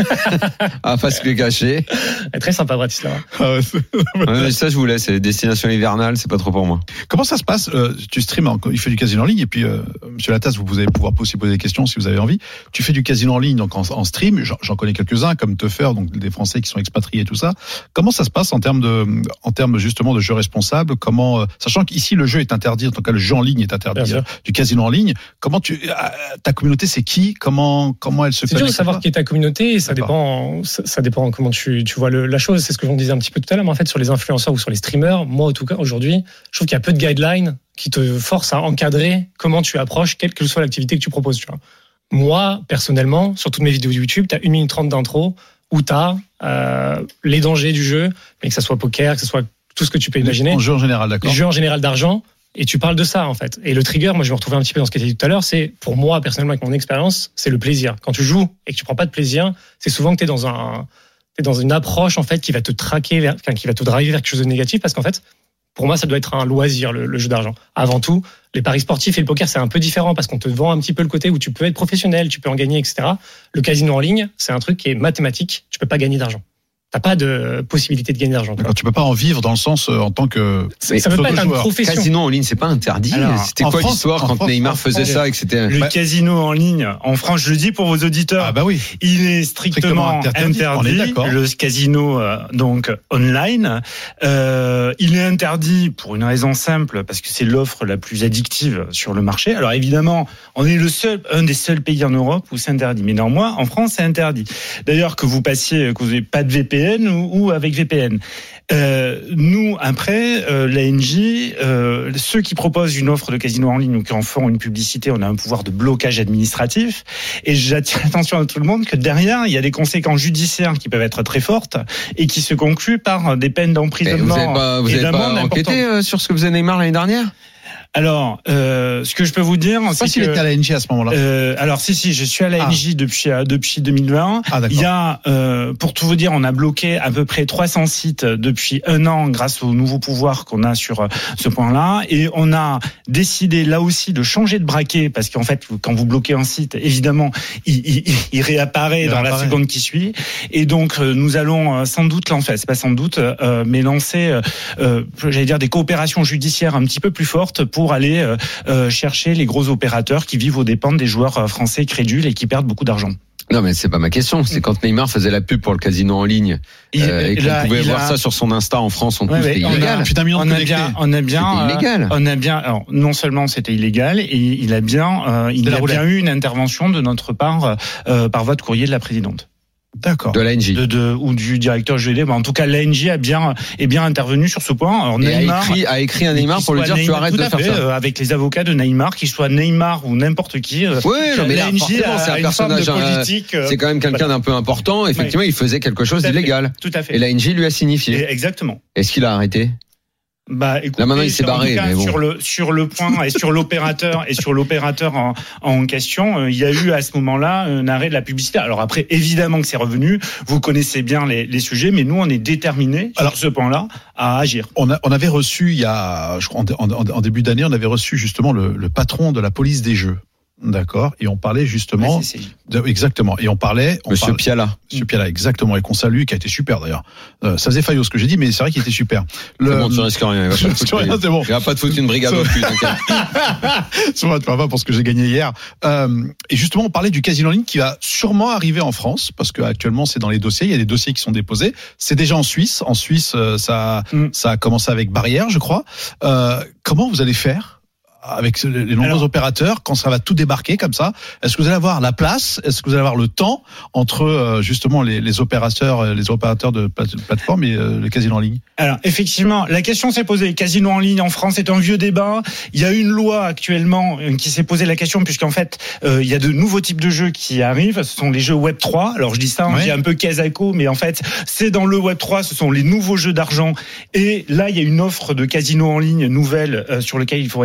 À face que caché. Très sympa Bratislava. Ah ouais, ouais, ça, je vous laisse. C'est destination hivernale, c'est pas trop pour moi. Comment ça se passe? euh, Tu streams, il fait du casino en ligne, et puis euh, Monsieur Latas, vous allez pouvoir aussi poser des questions si vous avez envie. Tu fais du casino en ligne, donc en, en stream. J'en, j'en connais quelques-uns, comme Teffer, donc des Français qui sont expatriés, tout ça. Comment ça se passe en termes de, en termes justement de jeux responsables? Comment, euh, sachant qu'ici le jeu est interdit, en tout cas le jeu en ligne est interdit, euh, du casino en ligne. Comment tu, euh, ta communauté, c'est qui? Comment, comment elle se C'est dur de savoir qui est ta communauté. Ça dépend, ça, ça dépend comment tu, tu vois le, la chose. C'est ce que j'en disais un petit peu tout à l'heure. Mais en fait, sur les influenceurs ou sur les streamers, moi en tout cas aujourd'hui, je trouve qu'il y a peu de guidelines qui te forcent à encadrer comment tu approches, quelle que soit l'activité que tu proposes. Tu vois. Moi, personnellement, sur toutes mes vidéos YouTube, tu as une minute trente d'intro où tu as euh, les dangers du jeu, mais que ça soit poker, que ce soit tout ce que tu peux imaginer. En jeu en général, d'accord. Les jeux en général d'argent, et tu parles de ça, en fait. Et le trigger, moi, je me retrouvais un petit peu dans ce que tu as dit tout à l'heure, c'est, pour moi, personnellement, avec mon expérience, c'est le plaisir. Quand tu joues et que tu prends pas de plaisir, c'est souvent que tu es dans un, t'es dans une approche, en fait, qui va te traquer vers, qui va te driver vers quelque chose de négatif, parce qu'en fait, pour moi, ça doit être un loisir, le, le jeu d'argent. Avant tout, les paris sportifs et le poker, c'est un peu différent parce qu'on te vend un petit peu le côté où tu peux être professionnel, tu peux en gagner, et cetera. Le casino en ligne, c'est un truc qui est mathématique. Tu peux pas gagner d'argent. T'as pas de possibilité de gagner d'argent. Alors, tu peux pas en vivre dans le sens euh, en tant que. Ça, ça veut pas être une profession. Casino en ligne, c'est pas interdit. Alors, c'était quoi France, l'histoire quand France, Neymar France, faisait France, ça et que c'était. Le bah, casino en ligne en France, je le dis pour vos auditeurs. Ah bah oui. Il est strictement, strictement interdit. interdit. On est d'accord. Le casino euh, donc online, euh, il est interdit pour une raison simple parce que c'est l'offre la plus addictive sur le marché. Alors évidemment, on est le seul, un des seuls pays en Europe où c'est interdit. Mais néanmoins, en France, c'est interdit. D'ailleurs, que vous passiez, que vous n'ayez pas de V P N ou, ou avec V P N. Euh, nous, après, euh, l'A N J, euh, ceux qui proposent une offre de casino en ligne ou qui en font une publicité, on a un pouvoir de blocage administratif. Et j'attire l'attention à tout le monde que derrière, il y a des conséquences judiciaires qui peuvent être très fortes et qui se concluent par des peines d'emprisonnement. Vous n'avez pas, vous avez pas enquêté sur ce que faisait Neymar l'année dernière ? Alors, euh, ce que je peux vous dire, c'est que qu'il était à l'A N J à ce moment-là. Euh, alors, si, si, je suis à l'A N J ah. depuis euh, depuis deux mille vingt. Ah, il y a, euh, pour tout vous dire, on a bloqué à peu près trois cents sites depuis un an grâce au nouveau pouvoir qu'on a sur ce point-là, et on a décidé là aussi de changer de braquet parce qu'en fait, quand vous bloquez un site, évidemment, il, il, il réapparaît il dans réapparaît. la seconde qui suit, et donc nous allons sans doute lancer, c'est pas sans doute, euh, mais lancer, euh, j'allais dire, des coopérations judiciaires un petit peu plus fortes pour pour aller euh, euh, chercher les gros opérateurs qui vivent aux dépens des joueurs français crédules et qui perdent beaucoup d'argent. Non, mais c'est pas ma question. C'est quand Neymar faisait la pub pour le casino en ligne euh, et qu'on là, pouvait voir a... ça sur son Insta en France, on trouve ouais, c'était illégal. Putain, on a bien, on a bien, c'était illégal. On a bien. Alors, non seulement c'était illégal, et il a bien, euh, il a bien eu une intervention de notre part euh, par voie de courrier de la présidente. D'accord. De l'A N J. De, de, ou du directeur G D. Mais en tout cas, l'A N J a bien, est bien intervenu sur ce point. Alors, et Neymar. A écrit, a écrit à Neymar pour lui dire, Neymar, tu arrêtes de faire fait, ça. Euh, avec les avocats de Neymar, qu'il soit Neymar ou n'importe qui. Oui, non, mais là, forcément, c'est un personnage, politique, euh, c'est quand même quelqu'un voilà. d'un peu important. Effectivement, oui. il faisait quelque chose tout d'illégal. Tout à fait. Et l'A N J lui a signifié. Et exactement. Est-ce qu'il a arrêté? Bah, écoutez, là maintenant il s'est barré, cas, mais bon. sur le sur le point et sur l'opérateur et sur l'opérateur en, en question, euh, il y a eu à ce moment-là un arrêt de la publicité. Alors après, évidemment que c'est revenu. Vous connaissez bien les, les sujets, mais nous on est déterminés sur ce point-là à agir. On, a, on avait reçu il y a, je crois, en, en, en début d'année, on avait reçu justement le, le patron de la police des jeux. D'accord. Et on parlait justement, ouais, c'est, c'est... De, exactement. Et on parlait, on Monsieur parle, Piala. Monsieur Piala, exactement. Et qu'on salue, qui a été super d'ailleurs. Euh, ça faisait faillot ce que j'ai dit, mais c'est vrai qu'il était super. Le... C'est bon, tu risques rien. Il va pas te foutre, rien, c'est bon. Il va pas te foutre une brigade au cul, t'inquiète. Ça va, tu vas pas pour ce que j'ai gagné hier. Euh, et justement, on parlait du casino en ligne qui va sûrement arriver en France, parce qu'actuellement c'est dans les dossiers. Il y a des dossiers qui sont déposés. C'est déjà en Suisse. En Suisse, ça, mm. ça a commencé avec Barrière, je crois. Euh, comment vous allez faire avec les nombreux Alors, opérateurs, quand ça va tout débarquer comme ça, est-ce que vous allez avoir la place, est-ce que vous allez avoir le temps entre euh, justement les, les opérateurs, les opérateurs de plateforme et euh, les casinos en ligne? Alors effectivement, la question s'est posée. Casino en ligne en France est un vieux débat. Il y a une loi actuellement qui s'est posé la question, puisqu'en fait euh, il y a de nouveaux types de jeux qui arrivent. Ce sont les jeux Web trois. Alors je dis ça, ouais. J'ai un peu Casako, mais en fait c'est dans le Web trois. Ce sont les nouveaux jeux d'argent. Et là il y a une offre de casino en ligne nouvelle euh, sur lequel il faut intervenir.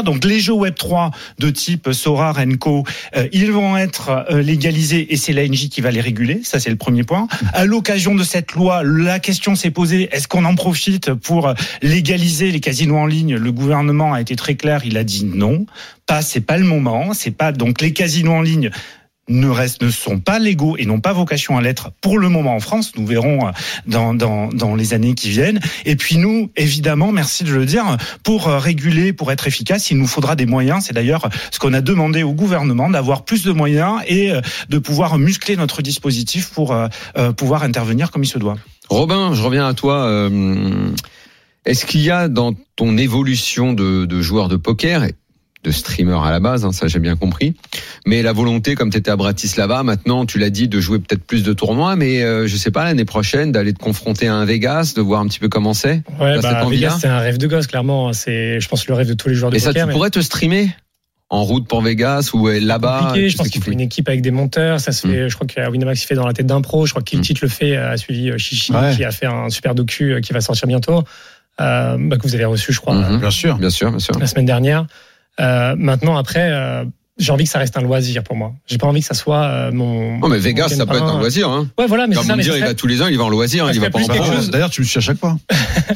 Donc les jeux Web trois de type Sora, Renko, euh, ils vont être euh, légalisés et c'est l'A N J qui va les réguler. Ça, c'est le premier point. À l'occasion de cette loi, la question s'est posée, est-ce qu'on en profite pour légaliser les casinos en ligne? Le gouvernement a été très clair, il a dit non. Pas, c'est pas le moment. C'est pas, donc les casinos en ligne ne restent, ne sont pas légaux et n'ont pas vocation à l'être pour le moment en France. Nous verrons dans, dans, dans les années qui viennent. Et puis nous, évidemment, merci de le dire, pour réguler, pour être efficace, il nous faudra des moyens. C'est d'ailleurs ce qu'on a demandé au gouvernement, d'avoir plus de moyens et de pouvoir muscler notre dispositif pour euh, pouvoir intervenir comme il se doit. Robin, je reviens à toi. Euh, est-ce qu'il y a dans ton évolution de, de joueur de poker, de streamer à la base, hein, ça j'ai bien compris, mais la volonté, comme tu étais à Bratislava, maintenant tu l'as dit, de jouer peut-être plus de tournois, mais euh, je sais pas, l'année prochaine, d'aller te confronter à un Vegas, de voir un petit peu comment c'est. Ouais, bah, Vegas, c'est un rêve de gosse, clairement. C'est, je pense, le rêve de tous les joueurs de Et poker. Et ça, tu mais... pourrais te streamer en route pour Vegas ou là-bas? Compliqué, je pense qu'il faut une équipe avec des monteurs. Ça se fait, mmh. je crois que Winamax il fait dans la tête d'un pro. Je crois qu'Iltit mmh. le fait, a suivi Chichi, ouais. qui a fait un super docu qui va sortir bientôt, euh, bah, que vous avez reçu, je crois. Mmh. Euh, bien sûr, bien sûr, bien sûr. La semaine dernière. Euh, maintenant, après, euh, j'ai envie que ça reste un loisir pour moi. J'ai pas envie que ça soit euh, mon. Non, mais Vegas, ça peut être un loisir, hein. Ouais, voilà, mais Comme c'est ça. Mais dire, ça il va tous les ans, il va en loisir, il va pas en chose. D'ailleurs, tu me suis à chaque fois.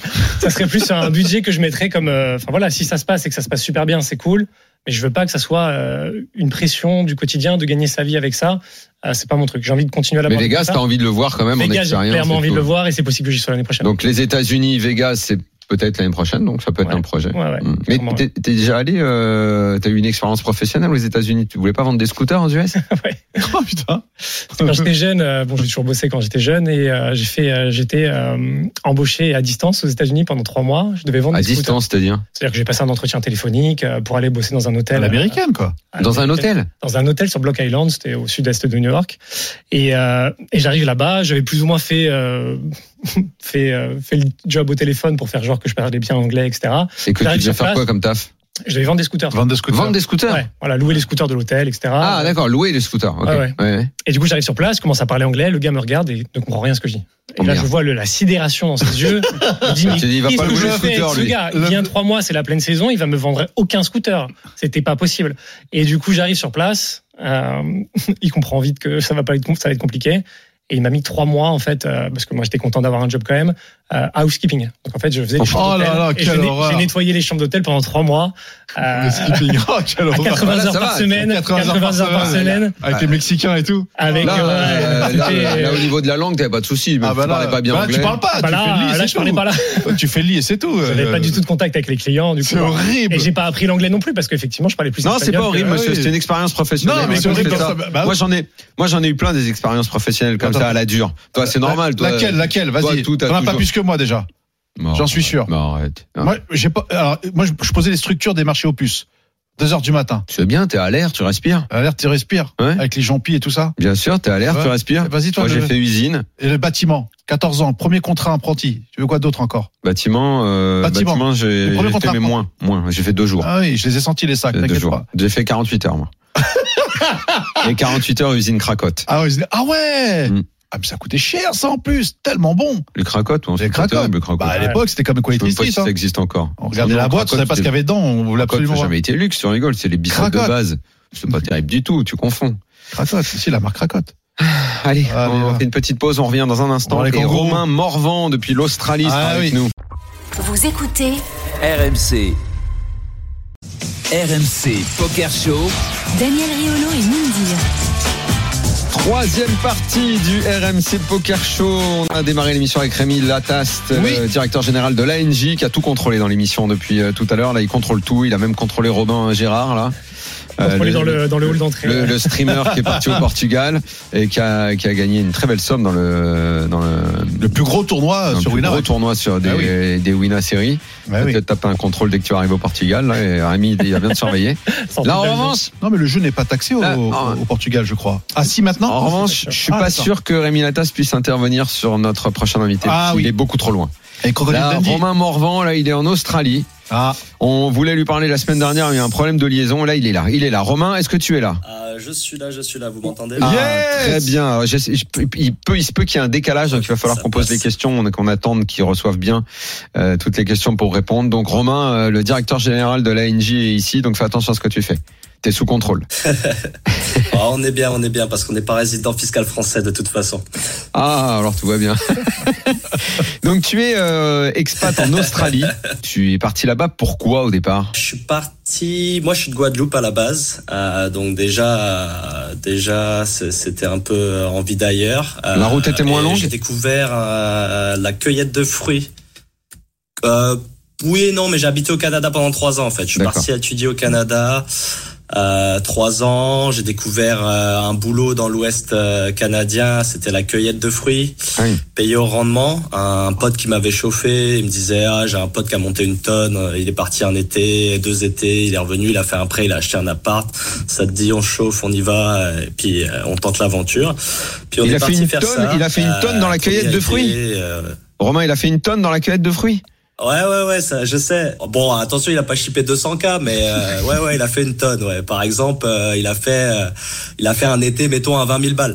Ça serait plus un budget que je mettrais comme. Enfin euh, voilà, si ça se passe et que ça se passe super bien, c'est cool. Mais je veux pas que ça soit euh, une pression du quotidien de gagner sa vie avec ça. Euh, c'est pas mon truc. J'ai envie de continuer à la. Mais Vegas, t'as envie de le voir quand même Vegas, en expérience. J'ai clairement envie de le voir et c'est possible que j'y sois l'année prochaine. Donc les États-Unis, Vegas, c'est peut-être l'année prochaine, donc ça peut être ouais. un projet. Ouais, ouais, mais t'es, t'es déjà allé, euh, t'as eu une expérience professionnelle aux États-Unis. Tu voulais pas vendre des scooters aux U S? Ouais. Oh putain. Quand j'étais jeune, euh, bon, j'ai toujours bossé quand j'étais jeune et euh, j'ai fait, euh, j'étais euh, embauché à distance aux États-Unis pendant trois mois. Je devais vendre à des scooters. À distance, c'est-à-dire? C'est-à-dire que j'ai passé un entretien téléphonique euh, pour aller bosser dans un hôtel. À l'américaine, quoi. À dans un hôtel? Dans un hôtel sur Block Island, c'était au sud-est de New York. Et, euh, et j'arrive là-bas, j'avais plus ou moins fait. Euh, fait, euh, fait le job au téléphone pour faire genre que je parlais bien anglais, et cetera. Et que j'arrive tu devais faire place, quoi comme taf? Je devais vendre des scooters. Vendre des scooters. Vendre des scooters. Ouais, voilà, louer les scooters de l'hôtel, et cetera. Ah, d'accord, louer les scooters. Okay. Ouais, ouais. Ouais, ouais. Et du coup, j'arrive sur place, je commence à parler anglais, le gars me regarde et ne comprend rien à ce que je dis. Et oh, là, merde. Je vois le, la sidération dans ses yeux. Je dis, mais dis, il va pas louer le scooter, lui. Ce gars, il vient trois mois, c'est la pleine saison, il va me vendre aucun scooter. C'était pas possible. Et du coup, j'arrive sur place, euh, il comprend vite que ça va pas être, ça va être compliqué. Et il m'a mis trois mois, en fait, euh, parce que moi, j'étais content d'avoir un job quand même, euh, housekeeping. Donc, en fait, je faisais les chambres d'hôtel. Oh là là, et quelle j'ai, horreur. j'ai nettoyé les chambres d'hôtel pendant trois mois. Euh, housekeeping, oh, quelle horreur. À quatre-vingts heures par semaine. quatre-vingts heures par semaine. Avec les Mexicains et tout. Avec, là, euh, là, là, là, au niveau de la langue, t'avais pas de soucis. Ah bah tu parlais pas bien bah anglais. Tu parles pas. Bah tu là, fais le lit, là, je parlais pas là. Tu fais le lit et c'est tout. J'avais pas du tout de contact avec les clients, du coup. C'est horrible. Et j'ai pas appris l'anglais non plus parce qu'effectivement, je parlais plus espagnol. Non, c'est pas horrible, monsieur. C'était une expérience professionnelle. Non, mais c'est horrible. Moi, j'en ai, moi, j'en ai eu plein des expériences professionnelles comme ça à la dure. Toi, c'est normal. Laquelle, laquelle, vas-y. T'en as pas plus que moi déjà. J'en suis sûr. Non, arrête. Moi, j'ai pas. Alors, moi, je posais les structures des marchés aux puces. deux heures du matin. C'est bien, t'es à l'air, tu respires. À l'air, tu respires. Ouais. Avec les jampis et tout ça. Bien sûr, t'es à l'air, ouais. Tu respires. Vas-y, toi. Moi, j'ai fait usine. Et le bâtiment. quatorze ans. Premier contrat apprenti. Tu veux quoi d'autre encore? Bâtiment, euh, bâtiment. bâtiment j'ai, j'ai fait, mais moins, moins. J'ai fait deux jours. Ah oui, je les ai sentis, les sacs. Deux jours. Pas. J'ai fait quarante-huit heures, moi. Et quarante-huit heures, usine cracotte. Ah, usine... ah ouais! Mm. Ah, mais ça coûtait cher, ça, en plus. Tellement bon. Les cracottes, on les cracottes. Bah, à l'époque, c'était comme Quality Street. Ça existe encore. On regardait la boîte, on savait pas ce qu'il y avait dedans, on voulait absolument. Ça n'a jamais été luxe, tu rigoles. C'est les biscuits de base. C'est pas terrible du tout, tu confonds. Cracotte, si, la marque Cracotte. Allez, ah, on fait une petite pause, on revient dans un instant. Et Romain Morvan, depuis l'Australie, sera ah, avec oui. nous. Vous écoutez R M C. R M C Poker Show. Daniel Riolo et Mindir. Troisième partie du R M C Poker Show. On a démarré l'émission avec Rémi Lataste, oui. le directeur général de l'A N J, qui a tout contrôlé dans l'émission depuis tout à l'heure. Là, il contrôle tout. Il a même contrôlé Robin Gérard, là. Contrôlé euh, dans le dans le hall d'entrée. Le, le streamer qui est parti au Portugal et qui a qui a gagné une très belle somme dans le dans le, le plus gros tournoi sur Winamax. Le plus gros tournoi sur des ah oui. des Wina séries. Ah Peut-être oui. taper un contrôle dès que tu arrives au Portugal. Là, et Rémi, il a bien de surveiller. Là, en revanche, non mais le jeu n'est pas taxé au, Là, au, au Portugal, je crois. Ah si maintenant. En revanche, je suis ah, pas attends. sûr que Rémi Lataste puisse intervenir sur notre prochain invité. Ah, il oui. est beaucoup trop loin. Et là, Romain Morvan, là, il est en Australie. Ah. On voulait lui parler la semaine dernière, il y a un problème de liaison. Là, il est là. Il est là. Romain, est-ce que tu es là? euh, Je suis là, je suis là. Vous m'entendez? Ah, yes très bien. Je, je, il peut, il se peut qu'il y ait un décalage, donc il va falloir Ça qu'on passe. pose les questions, qu'on attende qu'ils reçoivent bien euh, toutes les questions pour répondre. Donc Romain, euh, le directeur général de l'A N J est ici, donc fais attention à ce que tu fais. T'es sous contrôle. Oh, on est bien, on est bien, parce qu'on n'est pas résident fiscal français de toute façon. Ah, alors tout va bien. Donc tu es euh, expat en Australie. Tu es parti là-bas, pourquoi au départ ? Je suis parti, moi je suis de Guadeloupe à la base, euh, donc déjà, euh, déjà c'était un peu envie d'ailleurs. La route était moins longue ? J'ai découvert euh, la cueillette de fruits. Euh, oui et non, mais j'ai habité au Canada pendant trois ans en fait. Je suis D'accord. parti étudier au Canada. Euh, trois ans, j'ai découvert euh, un boulot dans l'Ouest euh, canadien, c'était la cueillette de fruits, oui. Payé au rendement. Un pote qui m'avait chauffé, il me disait ah j'ai un pote qui a monté une tonne, il est parti un été, deux étés, il est revenu, il a fait un prêt, il a acheté un appart. Ça te dit on chauffe, on y va, et puis euh, on tente l'aventure. Puis on il est a parti fait une faire tonne, ça. Il a fait une tonne euh, dans la cueillette de fruits. Euh... Romain, il a fait une tonne dans la cueillette de fruits. Ouais, ouais, ouais, ça, je sais. Bon, attention, il a pas shippé deux cents K, mais euh, ouais, ouais, il a fait une tonne. Ouais, par exemple, euh, il a fait, euh, il a fait un été, mettons à vingt mille balles.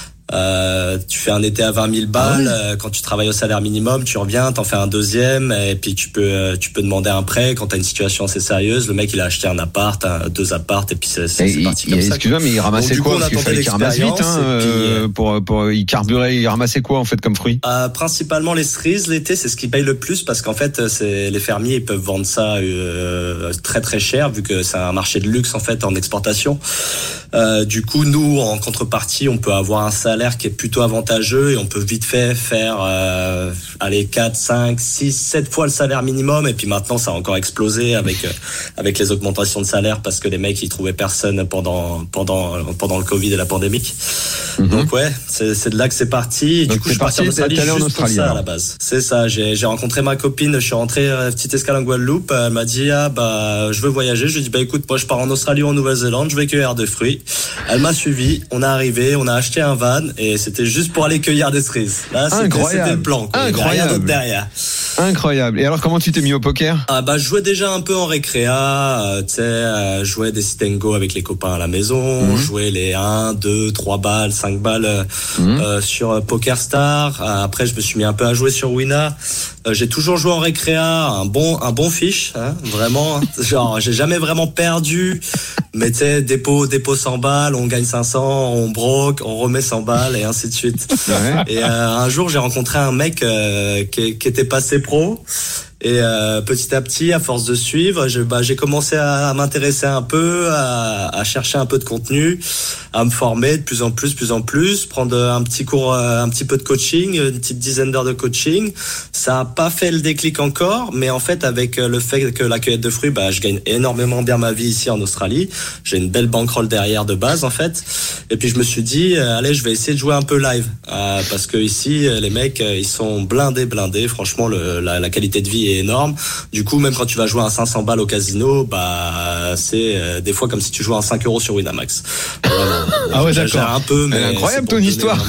Euh, tu fais un été à vingt mille balles, ah oui. euh, quand tu travailles au salaire minimum, tu reviens, t'en fais un deuxième, et puis tu peux, euh, tu peux demander un prêt quand t'as une situation assez sérieuse. Le mec, il a acheté un appart, un, deux apparts, et puis c'est, c'est, c'est parti comme ça. Excuse-moi, mais il ramassait quoi? Parce qu'il fallait qu'il ramasse vite, hein, euh, pour, pour, il carburait, il ramassait quoi, en fait, comme fruits? Euh, principalement les cerises, l'été, c'est ce qui paye le plus, parce qu'en fait, c'est, les fermiers, ils peuvent vendre ça, euh, très très cher, vu que c'est un marché de luxe, en fait, en exportation. Euh, du coup, nous, en contrepartie, on peut avoir un salaire qui est plutôt avantageux et on peut vite fait faire euh, aller quatre, cinq, six, sept fois le salaire minimum, et puis maintenant ça a encore explosé avec euh, avec les augmentations de salaire parce que les mecs ils trouvaient personne pendant pendant pendant le Covid et la pandémie. Mm-hmm. Donc ouais, c'est c'est de là que c'est parti. Et donc du coup, je suis parti en Australie juste en Australie, pour ça à la base. C'est ça, j'ai j'ai rencontré ma copine, je suis rentré à la petite escale en Guadeloupe, elle m'a dit ah bah je veux voyager, je lui ai dit bah écoute, moi je pars en Australie ou en Nouvelle-Zélande, je vais cueillir des fruits. Elle m'a suivi, on est arrivé, on a acheté un van et c'était juste pour aller cueillir des cerises. Là, c'était, c'était le plan, quoi. Incroyable. Il y a rien d'autre derrière. Incroyable. Et alors, comment tu t'es mis au poker? Ah bah, je jouais déjà un peu en récréa, euh, tu sais, euh, je jouais des sit and go avec les copains à la maison, mmh. je jouais les un, deux, trois balles, cinq balles euh, mmh. euh, sur PokerStar. Euh, après, je me suis mis un peu à jouer sur Wina. Euh, j'ai toujours joué en récréa, un bon, un bon fiche, hein, vraiment. Genre, j'ai jamais vraiment perdu. Mais tu sais, dépôt, dépôt cent balles, on gagne cinq cents, on broque, on remet cent balles et ainsi de suite. Ouais. Et euh, un jour, j'ai rencontré un mec euh, qui, qui était passé pro. Et euh, petit à petit, à force de suivre, je, bah, j'ai commencé à, à m'intéresser un peu, à, à chercher un peu de contenu, à me former de plus en plus, plus en plus, prendre un petit cours, un petit peu de coaching, une petite dizaine d'heures de coaching. Ça a pas fait le déclic encore, mais en fait, avec le fait que la cueillette de fruits, bah, je gagne énormément bien ma vie ici en Australie. J'ai une belle bankroll derrière de base, en fait. Et puis je me suis dit, euh, allez, je vais essayer de jouer un peu live, euh, parce que ici, les mecs, ils sont blindés, blindés. Franchement, le, la, la qualité de vie est énorme. Du coup, même quand tu vas jouer à cinq cents balles au casino, bah c'est euh, des fois comme si tu jouais à cinq euros sur Winamax. Vraiment. Ah ouais, d'accord. Un peu, mais c'est incroyable ton histoire.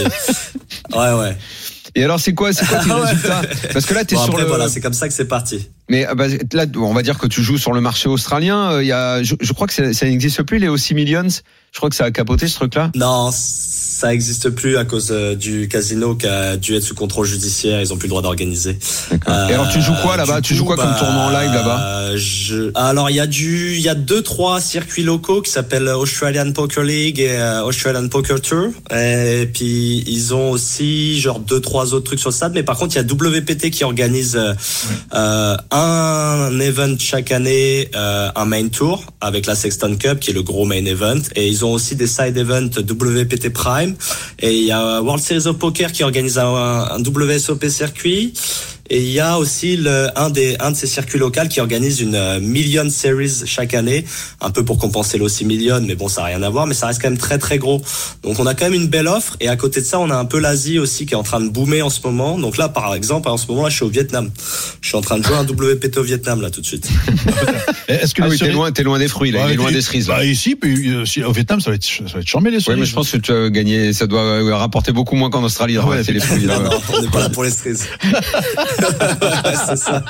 Ouais, ouais. Et alors, c'est quoi, c'est quoi tes ah ouais. résultats? Parce que là, t'es bon, sur après, le. Voilà, c'est comme ça que c'est parti. Mais bah, là, on va dire que tu joues sur le marché australien. Il y a, je, je crois que ça, ça n'existe plus les O C Millions. Je crois que ça a capoté ce truc-là. Non, ça n'existe plus à cause euh, du casino qui a dû être sous contrôle judiciaire. Ils ont plus le droit d'organiser. Euh, Et alors, tu joues quoi là-bas? Tu joues quoi bah, comme tournoi en live là-bas? je... Alors, il y a du, il y a deux, trois circuits locaux qui s'appellent Australian Poker League et euh, Australian Poker Tour. Et puis, ils ont aussi genre deux, trois autres trucs sur le stade. Mais par contre, il y a W P T qui organise euh, oui. euh, un event chaque année, euh, un main tour avec la Sexton Cup qui est le gros main event. Et ils ont aussi des side events W P T Prime. Et il y a World Series of Poker qui organise un, un W S O P circuit. Et il y a aussi le, un des, un de ces circuits locaux qui organise une uh, Million Series chaque année, un peu pour compenser l'O C Million, mais bon, ça n'a rien à voir, mais ça reste quand même très très gros. Donc on a quand même une belle offre, et à côté de ça, on a un peu l'Asie aussi qui est en train de boomer en ce moment. Donc là, par exemple, en ce moment, là, je suis au Vietnam. Je suis en train de jouer un W P T au Vietnam, là, tout de suite. Est-ce que ah oui, cerises... t'es loin, t'es loin des fruits, là, ouais, t'es loin des cerises, là. Bah, ici, puis, au Vietnam, ça va être, ça va être charmé, les cerises. Oui, mais je pense que tu as gagné, ça doit rapporter beaucoup moins qu'en Australie, ah ouais, c'est les fruits, là. Non, non, on n'est pas là pour les cerises. ouais, c'est ça.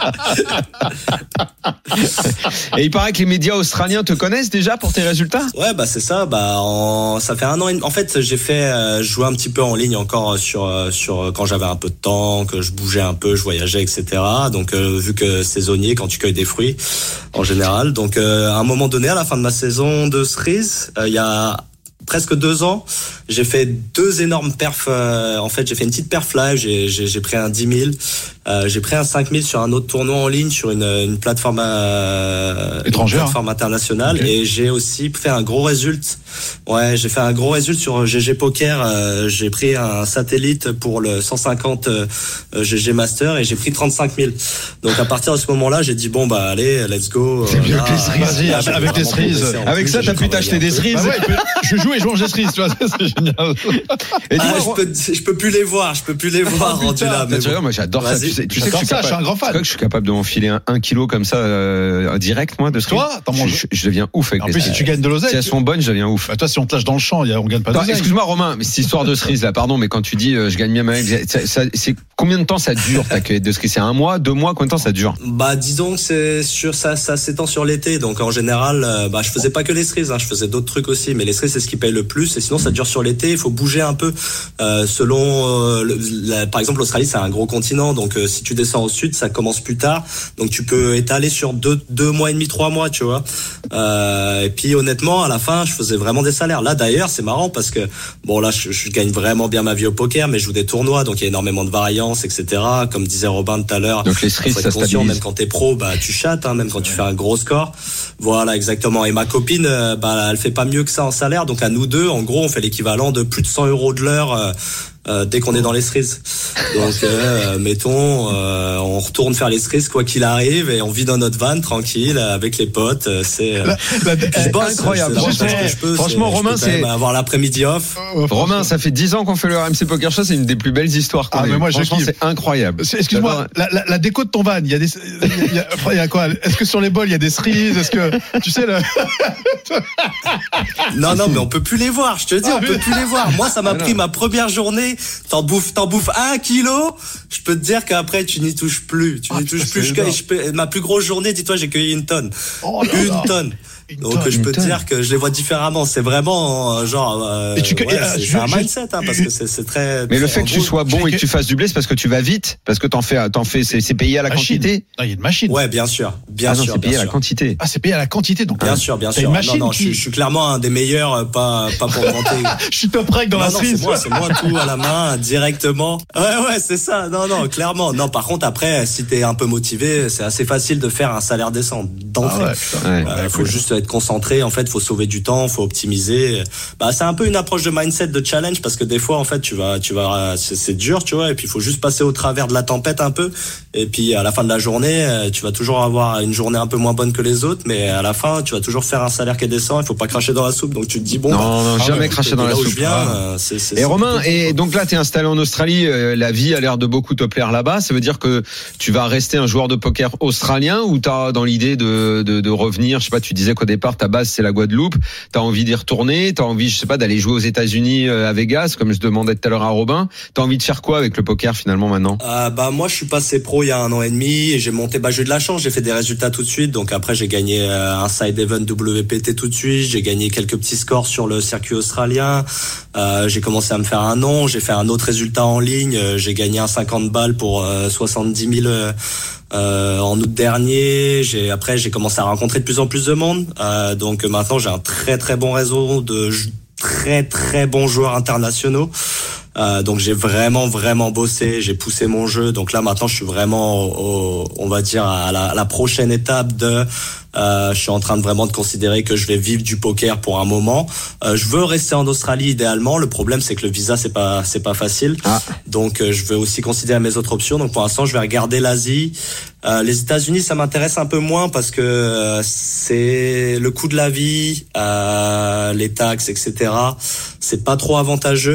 Et il paraît que les médias australiens te connaissent déjà pour tes résultats. Ouais, bah c'est ça. Bah en... ça fait un an. Et... En fait, j'ai fait euh, jouer un petit peu en ligne encore sur sur quand j'avais un peu de temps, que je bougeais un peu, je voyageais, et cetera. Donc euh, vu que saisonnier, quand tu cueilles des fruits en général. Donc euh, à un moment donné, à la fin de ma saison de cerise, il euh, y a presque deux ans, j'ai fait deux énormes perfs. Euh, en fait, j'ai fait une petite perf live. J'ai, j'ai, j'ai pris un dix mille. Euh, j'ai pris un cinq mille sur un autre tournoi en ligne sur une, une plateforme euh, étrangère, une plateforme internationale. Okay. Et j'ai aussi fait un gros résultat. Ouais, j'ai fait un gros résultat sur G G Poker. Euh, j'ai pris un satellite pour le cent cinquante euh, G G Master et j'ai pris trente-cinq mille. Donc à partir de ce moment-là, j'ai dit bon bah allez, let's go. C'est mieux que les cerises. Vas-y, avec les cerises. Avec ça, t'as pu t'acheter des cerises. Bah ouais, je joue et je mange des cerises, tu vois, c'est génial. Et ah, je peux, je peux plus les voir, je peux plus les voir oh, rendus là. Mais bon. Moi, j'adore ça. Tu sais, tu sais que je suis, ça, capable, je suis un grand fan. Tu sais que je suis capable de m'enfiler un, un kilo comme ça euh, direct, moi, de cerises. Toi, t'en manges. Je, je deviens ouf avec en les plus, cerises. Si tu gagnes de l'oseille. Si elles sont bonnes, je deviens ouf. Bah, toi, si on te lâche dans le champ, on gagne pas d'oseille. Excuse-moi, Romain, mais cette histoire de cerises là, pardon, mais quand tu dis euh, je gagne bien ma vie, ça, ça, c'est combien de temps ça dure ta cueillette de cerises? C'est un mois, deux mois, combien de temps ça dure? Bah, disons que c'est sur ça, ça s'étend sur l'été. Donc en général, euh, bah, je faisais pas que les cerises, hein, je faisais d'autres trucs aussi, mais les cerises c'est ce qui paye le plus. Et sinon, ça dure sur l'été. Il faut bouger un peu. Euh, selon, euh, le, la, par exemple, l'Australie, c'est un gros continent, donc euh, si tu descends au sud, ça commence plus tard. Donc tu peux étaler sur deux, deux mois et demi, trois mois, tu vois. Euh, et puis honnêtement, à la fin, je faisais vraiment des salaires. Là, d'ailleurs, c'est marrant parce que bon, là, je, je gagne vraiment bien ma vie au poker, mais je joue des tournois, donc il y a énormément de variance, et cetera. Comme disait Robin tout à l'heure. Donc les cerises, ça stabilise. Même quand t'es pro, bah tu chattes, hein, même quand tu fais un gros score. Voilà, exactement. Et ma copine, euh, bah elle fait pas mieux que ça en salaire. Donc à nous deux, en gros, on fait l'équivalent de plus de cent euros de l'heure. Euh, Euh, dès qu'on est dans les cerises. Donc euh, mettons euh, on retourne faire les cerises quoi qu'il arrive et on vit dans notre van tranquille avec les potes, c'est euh, la, la, bosse, incroyable. C'est je peux, franchement c'est, Romain, c'est avoir l'après-midi off. Euh, Romain, ça fait dix ans qu'on fait le R M C Poker Show, c'est une des plus belles histoires qu'on ah, a. Mais moi, franchement, c'est incroyable. Excuse-moi, la, la, la déco de ton van, il y a des il y a, il y a quoi? Est-ce que sur les bols il y a des cerises? Est-ce que tu sais le Non non, mais on peut plus les voir, je te dis, ah, on mais... peut plus les voir. Moi, ça m'a ah, pris non. ma première journée, t'en bouffes t'en bouffes un kilo, je peux te dire qu'après tu n'y touches plus. Tu ah, n'y touches plus. Je cueille, je peux, ma plus grosse journée, dis-toi, j'ai cueilli une tonne. Oh là une là. tonne. Donc tonne, je peux te tonne. dire que je les vois différemment. C'est vraiment genre. Euh, et tu, ouais, euh, c'est, je, c'est un je, mindset, hein, parce que c'est, c'est très. Mais le fait que gros, tu sois bon et que tu fasses du blé, c'est parce que tu vas vite, parce que t'en fais, t'en fais, c'est, c'est payé à la machine. quantité. Ah, il y a une machine. Ouais, bien sûr, bien ah sûr. Non, c'est payé à la quantité. Ah, c'est payé à la quantité, donc. Bien sûr, bien sûr. Non, non, je suis clairement un des meilleurs, pas, pas pour vanter. Je suis top rec dans la cerise. C'est moi, c'est moi tout à la main, directement. Ouais, ouais, c'est ça. Non, non, clairement. Non, par contre, après, si t'es un peu motivé, c'est assez facile de faire un salaire décent d'entrée. Ah ouais, euh, ouais, faut juste être concentré. En fait, faut sauver du temps, faut optimiser. Bah, c'est un peu une approche de mindset, de challenge, parce que des fois, en fait, tu vas, tu vas, c'est, c'est dur, tu vois. Et puis, il faut juste passer au travers de la tempête un peu. Et puis, à la fin de la journée, tu vas toujours avoir une journée un peu moins bonne que les autres, mais à la fin, tu vas toujours faire un salaire qui est décent. Il faut pas cracher dans la soupe. Donc, tu te dis bon. Non, bah, non, ah, jamais ouais, cracher dans la soupe. Viens, ah. c'est, c'est, et Romain, et donc là, t'es installé en Australie. Euh, la vie a l'air de beaucoup te plaire là-bas. Ça veut dire que tu vas rester un joueur de poker australien, ou t'as dans l'idée de, de, de revenir? Je sais pas. Tu disais qu'au départ, ta base c'est la Guadeloupe. T'as envie d'y retourner? T'as envie, je sais pas, d'aller jouer aux États-Unis, euh, à Vegas, comme je demandais tout à l'heure à Robin. T'as envie de faire quoi avec le poker finalement maintenant? euh, Bah moi, je suis passé pro il y a un an et demi et j'ai monté. Bah j'ai eu de la chance. J'ai fait des résultats tout de suite. Donc après, j'ai gagné un side event W P T tout de suite. J'ai gagné quelques petits scores sur le circuit australien. Euh, j'ai commencé à me faire un nom. J'ai fait un autre résultat en ligne. J'ai gagné un cinquante balles pour euh, soixante-dix mille euh, euh, en août dernier. J'ai après j'ai commencé à rencontrer de plus en plus de monde. Euh, donc maintenant j'ai un très très bon réseau de très très bons joueurs internationaux. Euh, donc j'ai vraiment vraiment bossé, j'ai poussé mon jeu. Donc là maintenant je suis vraiment au, au, on va dire à la, à la prochaine étape de euh, je suis en train de vraiment de considérer que je vais vivre du poker pour un moment. Euh, je veux rester en Australie idéalement. Le problème c'est que le visa c'est pas c'est pas facile. Ah. Donc euh, je veux aussi considérer mes autres options. Donc pour l'instant je vais regarder l'Asie. Euh, les États-Unis ça m'intéresse un peu moins parce que euh, c'est le coût de la vie, euh, les taxes, et cetera. C'est pas trop avantageux.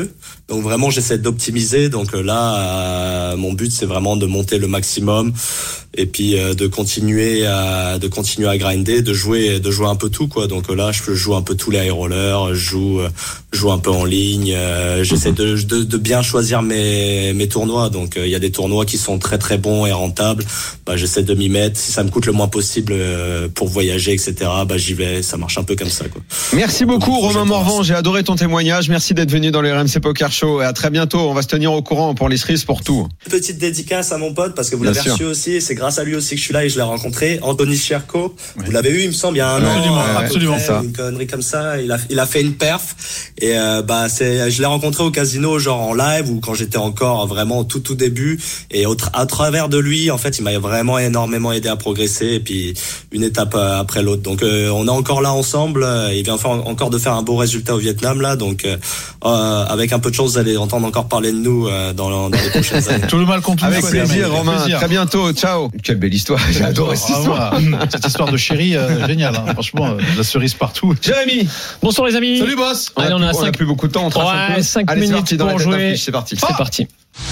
Donc vraiment, j'essaie d'optimiser. Donc là, euh, mon but, c'est vraiment de monter le maximum et puis euh, de continuer à de continuer à grinder, de jouer de jouer un peu tout quoi. Donc là, je joue un peu tous les high rollers, je joue je joue un peu en ligne. Euh, j'essaie de, de de bien choisir mes mes tournois. Donc il euh, y a des tournois qui sont très très bons et rentables. Bah j'essaie de m'y mettre. Si ça me coûte le moins possible euh, pour voyager, et cetera. Bah j'y vais. Ça marche un peu comme ça quoi. Merci beaucoup Donc, Romain Morvan. J'ai adoré ton témoignage. Merci d'être venu dans le R M C Poker Show. Et à très bientôt. On va se tenir au courant pour les cerises pour tout. Petite dédicace à mon pote parce que vous Bien l'avez sûr. reçu aussi. C'est grâce à lui aussi que je suis là et je l'ai rencontré. Anthony Cherko. Ouais. Vous l'avez eu, il me semble, il y a un ouais, an. Absolument, ouais, absolument ça. Une connerie comme ça. Il a, il a fait une perf. Et euh, bah c'est, je l'ai rencontré au casino, genre en live ou quand j'étais encore vraiment au tout tout début. Et au tra- à travers de lui, en fait, il m'a vraiment énormément aidé à progresser. Et puis une étape euh, après l'autre. Donc euh, on est encore là ensemble. Il vient faire, encore de faire un beau résultat au Vietnam là. Donc euh, euh, avec un peu de chance, vous allez entendre encore parler de nous euh, dans, dans les prochaines années. Tout le mal qu'on Avec plaisir, Romain. Plaisir. Très bientôt. Ciao. Quelle belle histoire. J'ai adoré cette histoire. Cette histoire de chérie, euh, géniale. Hein. Franchement, euh, la cerise partout. Jérémy. Bonsoir les amis. Salut boss. On, Allez, a, on, a, on cinq... a plus beaucoup de temps. On trace ouais, un peu. cinq Allez, minutes c'est parti, pour jouer. C'est parti. C'est oh parti.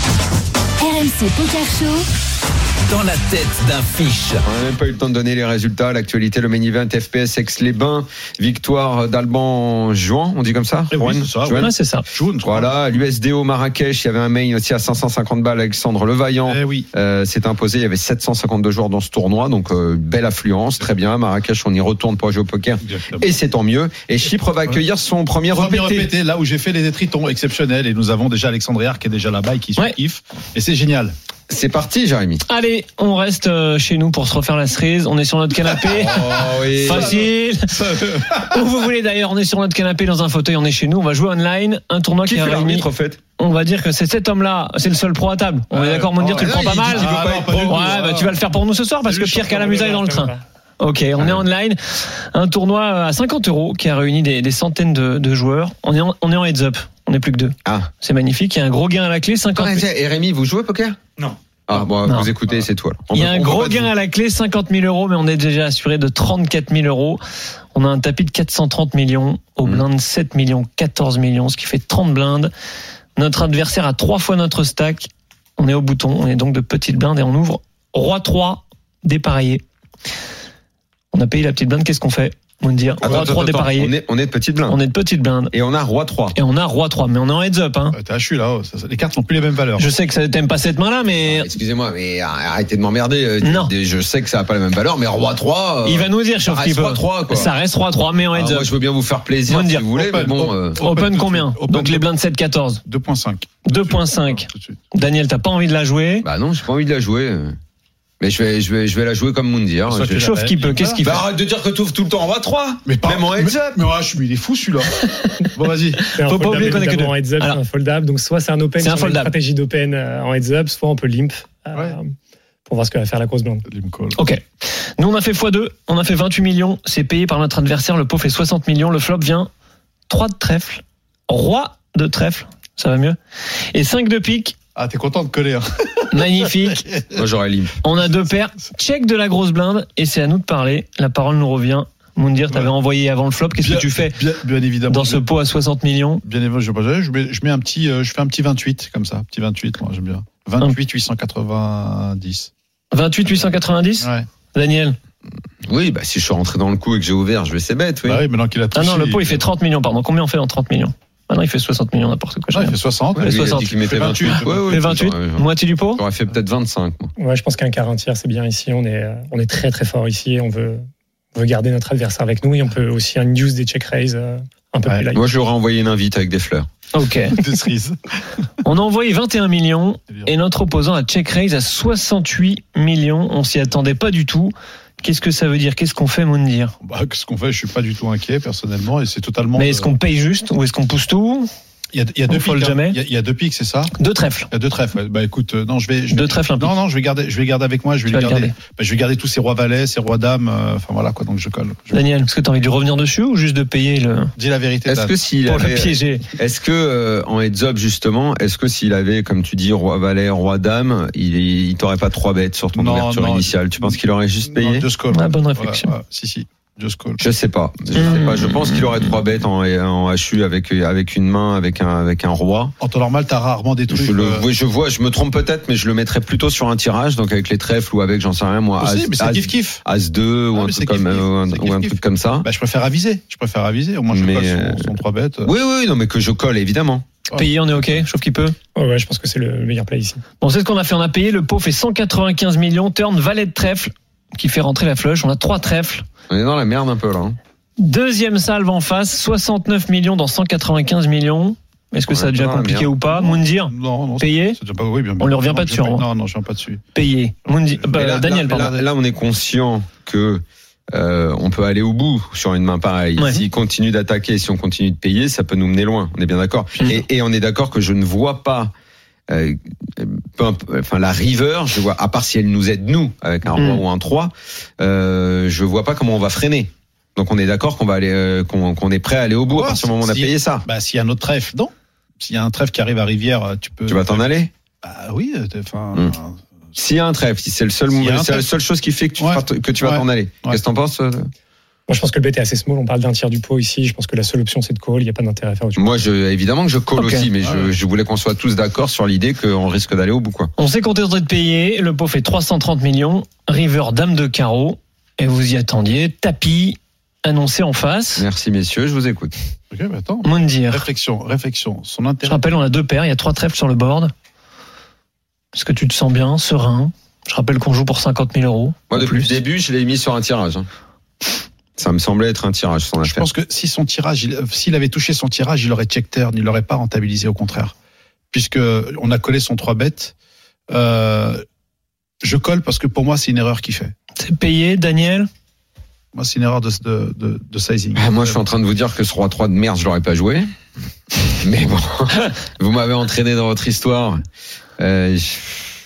R M C Poker Show. Dans la tête d'un fiche. On n'a même pas eu le temps de donner les résultats. L'actualité, le main event F P S Aix-les-Bains, victoire d'Alban Juan, on dit comme ça, oui, c'est ça, ouais, c'est ça. Juan, voilà, l'U S D O Marrakech, il y avait un main aussi à cinq cent cinquante balles. Alexandre Levaillant eh oui. euh, s'est imposé. Il y avait sept cent cinquante-deux joueurs dans ce tournoi, donc euh, belle affluence, très bien. Marrakech, on y retourne pour jouer au poker, exactement. Et c'est tant mieux. Et Chypre va accueillir son premier repété. Premier repété, là où j'ai fait les détritons exceptionnels, et nous avons déjà Alexandre Héard qui est déjà là-bas et qui ouais. kiffe. Et c'est génial. C'est parti, Jérémy. Allez, on reste chez nous pour se refaire la cerise. On est sur notre canapé. Oh, oui. Facile. Où vous voulez d'ailleurs, on est sur notre canapé dans un fauteuil, on est chez nous. On va jouer online. Un tournoi qui, qui a réuni. En fait on va dire que c'est cet homme-là, c'est le seul pro à table. On euh, est d'accord, Mondir, oh, tu le prends pas mal. Ah, non, pas ouais, bah, ah. tu vas le faire pour nous ce soir parce que Pierre Calamusa est dans le train. Ok, on est online. Un tournoi à cinquante euros qui a réuni des, des centaines de, de joueurs. On est en, on est en heads up. On n'est plus que deux. Ah. C'est magnifique. Il y a un gros gain à la clé. cinquante ah, et Rémi, vous jouez au poker? Non. Ah bon, non. Vous écoutez, c'est toi. Il y a un gros gain à la clé, cinquante mille euros, mais on est déjà assuré de trente-quatre mille euros. On a un tapis de quatre cent trente millions, au blind sept millions, quatorze millions, ce qui fait trente blindes. Notre adversaire a trois fois notre stack. On est au bouton, on est donc de petites blindes et on ouvre roi trois dépareillé. On a payé la petite blinde, qu'est-ce qu'on fait? Mondir, roi trois dépareillé. On est, on est de petite blinde. On est de petite blinde. Et on a roi trois. Et on a roi trois, mais on est en heads up, hein. T'es hachu là, les cartes n'ont plus les mêmes valeurs. Je sais que ça t'aime pas cette main-là, mais. Ah, excusez-moi, mais arrêtez de m'emmerder. Non. Je sais que ça n'a pas la même valeur, mais roi trois. Il va nous dire, ça reste roi trois, quoi. Ça reste roi trois, mais en heads ah, up. Moi, je veux bien vous faire plaisir Mondir. si vous voulez, open, mais bon. Open, euh... open, open combien? open Donc les blindes sept quatorze. deux virgule cinq. deux virgule cinq. Daniel, t'as pas envie de la jouer? Bah non, j'ai pas envie de la jouer. Mais je vais, je vais, je vais la jouer comme Mondir. Chauffe qui peut. Qu'est-ce qu'il fait? Bah arrête de dire que tu ouvres tout le temps en roi trois. Mais pas, même en heads up. Mais, mais ouais, je suis, il est fou celui-là. Bon, vas-y. Faut pas oublier qu'on a que deux. En heads up, c'est un fold-up. Donc soit c'est un open, c'est un fold-up. Stratégie d'open en heads up, soit on peut limp. Euh, ouais. Pour voir ce que va faire la grosse blinde. Ok. Nous, on a fait fois deux. On a fait vingt-huit millions. C'est payé par notre adversaire. Le pot fait soixante millions. Le flop vient trois de trèfle. Roi de trèfle. Ça va mieux. Et cinq de pique. Ah, t'es content de coller, hein. Magnifique. Moi, j'aurais limp. On a deux paires. Check de la grosse blinde. Et c'est à nous de parler. La parole nous revient. Mondir, t'avais ouais. envoyé avant le flop. Qu'est-ce bien, que tu fais bien, bien évidemment. Dans ce pot à soixante millions? Bien évidemment, je, je, mets, je mets un petit, je fais un petit vingt-huit, comme ça. Petit vingt-huit, moi, j'aime bien. vingt-huit huit cent quatre-vingt-dix. vingt-huit huit cent quatre-vingt-dix? Ouais. Daniel? Oui, bah, si je suis rentré dans le coup et que j'ai ouvert, je vais c'est bête, oui. Bah oui, maintenant qu'il a touché. Ah non, le pot, il fait trente millions, pardon. Combien on fait dans trente millions? Ah non, il fait soixante millions, n'importe quoi. Ouais, il fait soixante. Ouais, il fait soixante. Il mettait vingt-huit. Ouais, ouais, vingt-huit. Moitié du pot? J'aurais fait peut-être vingt-cinq, moi. Ouais, je pense qu'un quart, un tiers, c'est bien ici. On est, on est très, très fort ici. On veut, on veut garder notre adversaire avec nous et on peut aussi induce des check raise un peu ouais. plus light. Moi, je lui aurais envoyé une invite avec des fleurs. Ok. Des cerises. On a envoyé vingt et un millions et notre opposant a check raise à soixante-huit millions. On s'y attendait pas du tout. Qu'est-ce que ça veut dire? Qu'est-ce qu'on fait, Mondir? Bah, qu'est-ce qu'on fait? Je suis pas du tout inquiet, personnellement, et c'est totalement. Mais est-ce qu'on paye juste ou est-ce qu'on pousse tout? Il y a, il y a deux pics. Jamais. Il y a, il y a deux pics, c'est ça? Deux trèfles. Il y a deux trèfles. Ouais. Bah écoute, euh, non, je vais. Je vais deux trèfles. Non, non, je vais garder. Je vais garder avec moi. Je vais tu lui garder. garder. Bah, je vais garder tous ces rois valets, ces rois dames. Euh, enfin voilà quoi. Donc je colle. Je... Daniel, est-ce que tu as envie de revenir dessus ou juste de payer le? Dis la vérité. Est-ce que s'il pour avait, le piéger. Est-ce que euh, en heads up justement, est-ce que s'il avait, comme tu dis, roi valet, roi dame, il, il t'aurait pas trois bêtes sur ton non, ouverture non, initiale? Tu penses qu'il aurait juste payé? Deux scores. Ah, bonne réflexion. Ouais, ouais, si si. Just call. Je sais pas. Je Mmh. sais pas. Je pense qu'il aurait trois bêtes en, en H U avec avec une main, avec un avec un roi. En temps normal, t'as rarement des trucs. Je le, euh... oui, je vois. Je me trompe peut-être, mais je le mettrais plutôt sur un tirage, donc avec les trèfles ou avec, j'en sais rien moi, Aussi, as, mais c'est as, kiff kiff. as deux ou Ah, un mais truc c'est comme kiff-kiff. euh, un, C'est ou un kiff-kiff. truc comme ça. Bah, je préfère aviser. Je préfère aviser. Au moins, je Mais, colle euh, son, son trois bêtes. Oui, oui, non, mais que je colle évidemment. Payé, on est OK, sauf qu'il peut. Ouais, ouais, je pense que c'est le meilleur play ici. Bon, c'est ce qu'on a fait. On a payé. Le pot fait cent quatre-vingt-quinze millions. Turn valet de trèfle qui fait rentrer la flush. On a trois trèfles. On est dans la merde un peu là. Hein. Deuxième salve en face. soixante-neuf millions dans cent quatre-vingt-quinze millions. Est-ce que On ça a est déjà dans la compliqué merde. ou pas? Moundir, Non, non. payé. C'est déjà pas, oui, bien, bien. On lui revient Non, pas je dessus, viens hein. Non, non, je viens pas dessus. Payé. Moundir, bah, Mais là, Daniel, là, pardon. là, là, on est conscient que euh, on peut aller au bout sur une main pareille. Ouais. S'il continue d'attaquer, si on continue de payer, ça peut nous mener loin. On est bien d'accord. Mmh. Et, et on est d'accord que je ne vois pas. Euh, peu imp- enfin la river, je vois, à part si elle nous aide nous avec un roi Mm. ou un trois, euh, je vois pas comment on va freiner. Donc on est d'accord qu'on va aller, euh, qu'on, qu'on est prêt à aller au bout Ouais, à partir du moment où on a si- payé ça. Bah, s'il y a un autre trèfle, non. S'il y a un trèfle qui arrive à Rivière, tu peux. Tu vas t'en aller. Bah oui, enfin. Mm. S'il y a un trèfle, si c'est le seul, S'il y a un c'est la trèfle. seule chose qui fait que tu, Ouais. feras t- que tu vas Ouais. t'en aller. Ouais. Qu'est-ce que t'en penses euh Moi, je pense que le bet est assez small. On parle d'un tiers du pot ici. Je pense que la seule option, c'est de call. Il n'y a pas d'intérêt à faire autre chose. Moi, je, évidemment que je colle Ok. aussi, mais Ah je, ouais. je voulais qu'on soit tous d'accord sur l'idée qu'on risque d'aller au bout, quoi. On s'est contenté de payer. Le pot fait trois cent trente millions. River, dame de carreau. Et vous y attendiez. Tapis annoncé en face. Merci, messieurs, je vous écoute. Ok, mais attends. Moundir. Réflexion, réflexion. Son Je intérêt. rappelle, on a deux paires. Il y a trois trèfles sur le board. Est-ce que tu te sens bien, serein? Je rappelle qu'on joue pour cinquante mille euros. Moi, en depuis plus. le début, je l'ai mis sur un tirage. hein. Ça me semblait être un tirage, son Je affaire. pense que si son tirage, il- s'il avait touché son tirage, il aurait check turn, il l'aurait pas rentabilisé, au contraire. Puisque on a collé son trois bêtes. Euh, je colle parce que pour moi, c'est une erreur qu'il fait. C'est payé, Daniel? Moi, c'est une erreur de, de, de, de sizing. Ah, moi, je suis en train de vous dire que ce roi trois de merde, je l'aurais pas joué. Mais bon, vous m'avez entraîné dans votre histoire. Euh, je-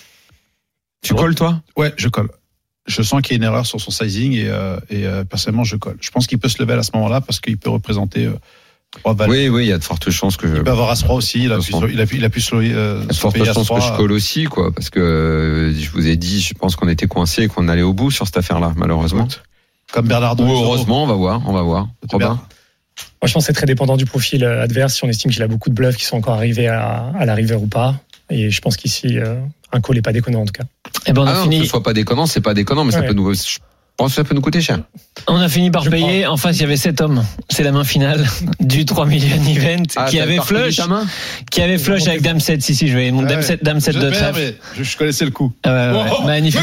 Tu colles, toi? Ouais, je colle. Je sens qu'il y a une erreur sur son sizing et, euh, et euh, personnellement, je colle. Je pense qu'il peut se lever à ce moment-là parce qu'il peut représenter euh, trois valeurs. Oui, oui, il y a de fortes chances que je. Il peut avoir As-trois aussi. Il a pu, il a pu, il a pu se lever, euh, Il y a de se fortes payer chances que As-trois. je colle aussi, quoi, parce que euh, je vous ai dit, je pense qu'on était coincés et qu'on allait au bout sur cette affaire-là, malheureusement. Comme Bernardo. Ou heureusement, on va voir, on va voir. C'est Robin. bien. Moi, je pense que c'est très dépendant du profil euh, adverse. Si on estime qu'il a beaucoup de bluffs qui sont encore arrivés à, à la river ou pas. Et je pense qu'ici, euh, un call n'est pas déconnant en tout cas. Eh ben, on a Ah non, fini. que ce soit pas déconnant, c'est pas déconnant, mais ça Ouais. peut nous. Je pense que ça peut nous coûter cher. On a fini par Je payer. En face, il y avait sept hommes. C'est la main finale du trois millions event Ah, qui t'as avait pas reconnu flush. ta main Qui avait flush avec dame sept. Si, si, je vais. Mon Ouais. dame sept, dame sept Je de sais, trèfle. mais je, je connaissais le coup. Ah ouais, ouais, ouais. Oh, Magnifique.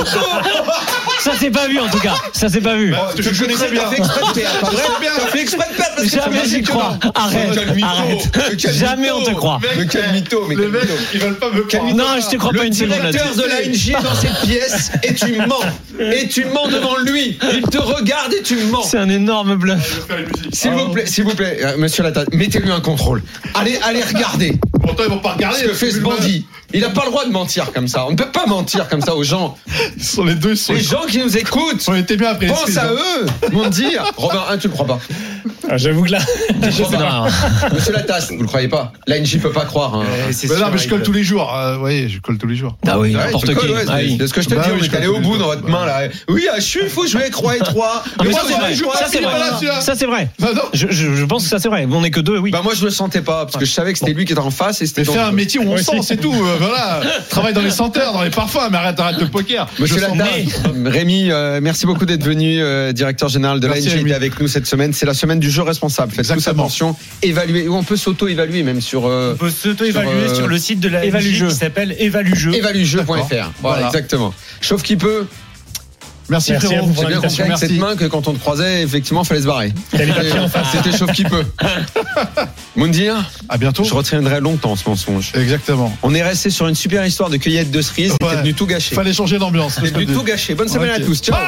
Ça s'est pas vu en tout cas. Ça s'est pas vu. Bah, je connais très bien. T'as fait exprès de perdre, pas vrai T'as fait exprès de perdre parce que Jamais t'as j'y dit que crois. non. Arrête, Quel mytho. arrête. Mais quel Jamais on mytho. te croit. Mais quel mytho, mais Les quel mecs, mytho. ils veulent pas me croire. Non, je te crois pas une seconde Le directeur là-dessus. de l'A N J est dans cette pièce et tu mens. Et tu mens devant lui. Il te regarde et tu mens. C'est un énorme bluff. S'il vous plaît, s'il vous plaît, euh, monsieur Latta, mettez-lui un contrôle. Allez, allez regarder Pourtant, ils vont pas regarder. ce que fait ce bandit. Il n'a pas le droit de mentir comme ça. On ne peut pas mentir comme ça aux gens. Ils sont les deux. Ils sont, Les gens qui nous écoutent. ils ont été bien appréciés. Pense à eux, m'ont dire. Robin, hein, tu le crois pas. Ah, j'avoue que là, Robin, monsieur Lattasse, vous le croyez pas. L'A N J peut pas croire. Hein. Euh, c'est Mais non, sûr, mais je il colle peut. tous les jours. Euh, oui, je colle tous les jours. Ah oui, Ouais, n'importe tu qui. colles, ouais, Ah c'est- oui. c'est ce que je te Bah dis, oui, on je est allé colle au tous bout les dans jours. votre main là. Oui, à Chu, il faut jouer croix et trois. Ah, mais Moi, ça, c'est je vrai. joue à Ça, c'est Chu, vrai. voilà, celui-là. Ça, c'est vrai. Non, non. Je, je, je pense que ça, c'est vrai. On n'est que deux, oui. Bah moi je le sentais pas parce que je savais que c'était lui qui était en face et c'était Mais fais un dangereux. métier où on Moi sent, aussi. c'est tout. euh, voilà. Travaille dans les senteurs, dans les parfums, mais arrête, arrête le poker. Monsieur Je sens Latta, mal. Rémi, euh, merci beaucoup d'être venu, euh, directeur général de l'A N Merci, J, Rémi. était avec nous cette semaine. C'est la semaine du jeu responsable. Faites tous Exactement. attention, évaluer. Ou on peut s'auto-évaluer même sur euh, On peut s'auto-évaluer Sur, euh, sur le site de la Évalue N J Jeu. qui s'appelle Évalue Jeu. évaluejeu point F R. Voilà, Voilà. exactement. Chauffe qui peut. Merci, Merci à frérot. vous pour C'est bien qu'on l'invitation. gagne cette Merci. main que quand on te croisait, effectivement, fallait se barrer. il y a les papiers en face. C'était chauffe qui peut. Moundir, À bientôt. je retiendrai longtemps ce mensonge. Exactement. On est resté sur une super histoire de cueillette de cerises. Ouais. T'es venu tout gâcher. Fallait changer d'ambiance. T'es venu tout gâcher. Bonne semaine Ok. à tous. Ciao.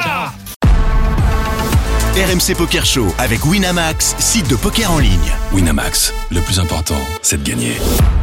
R M C Poker Show avec Winamax, site de poker en ligne. Winamax, le plus important, c'est de gagner.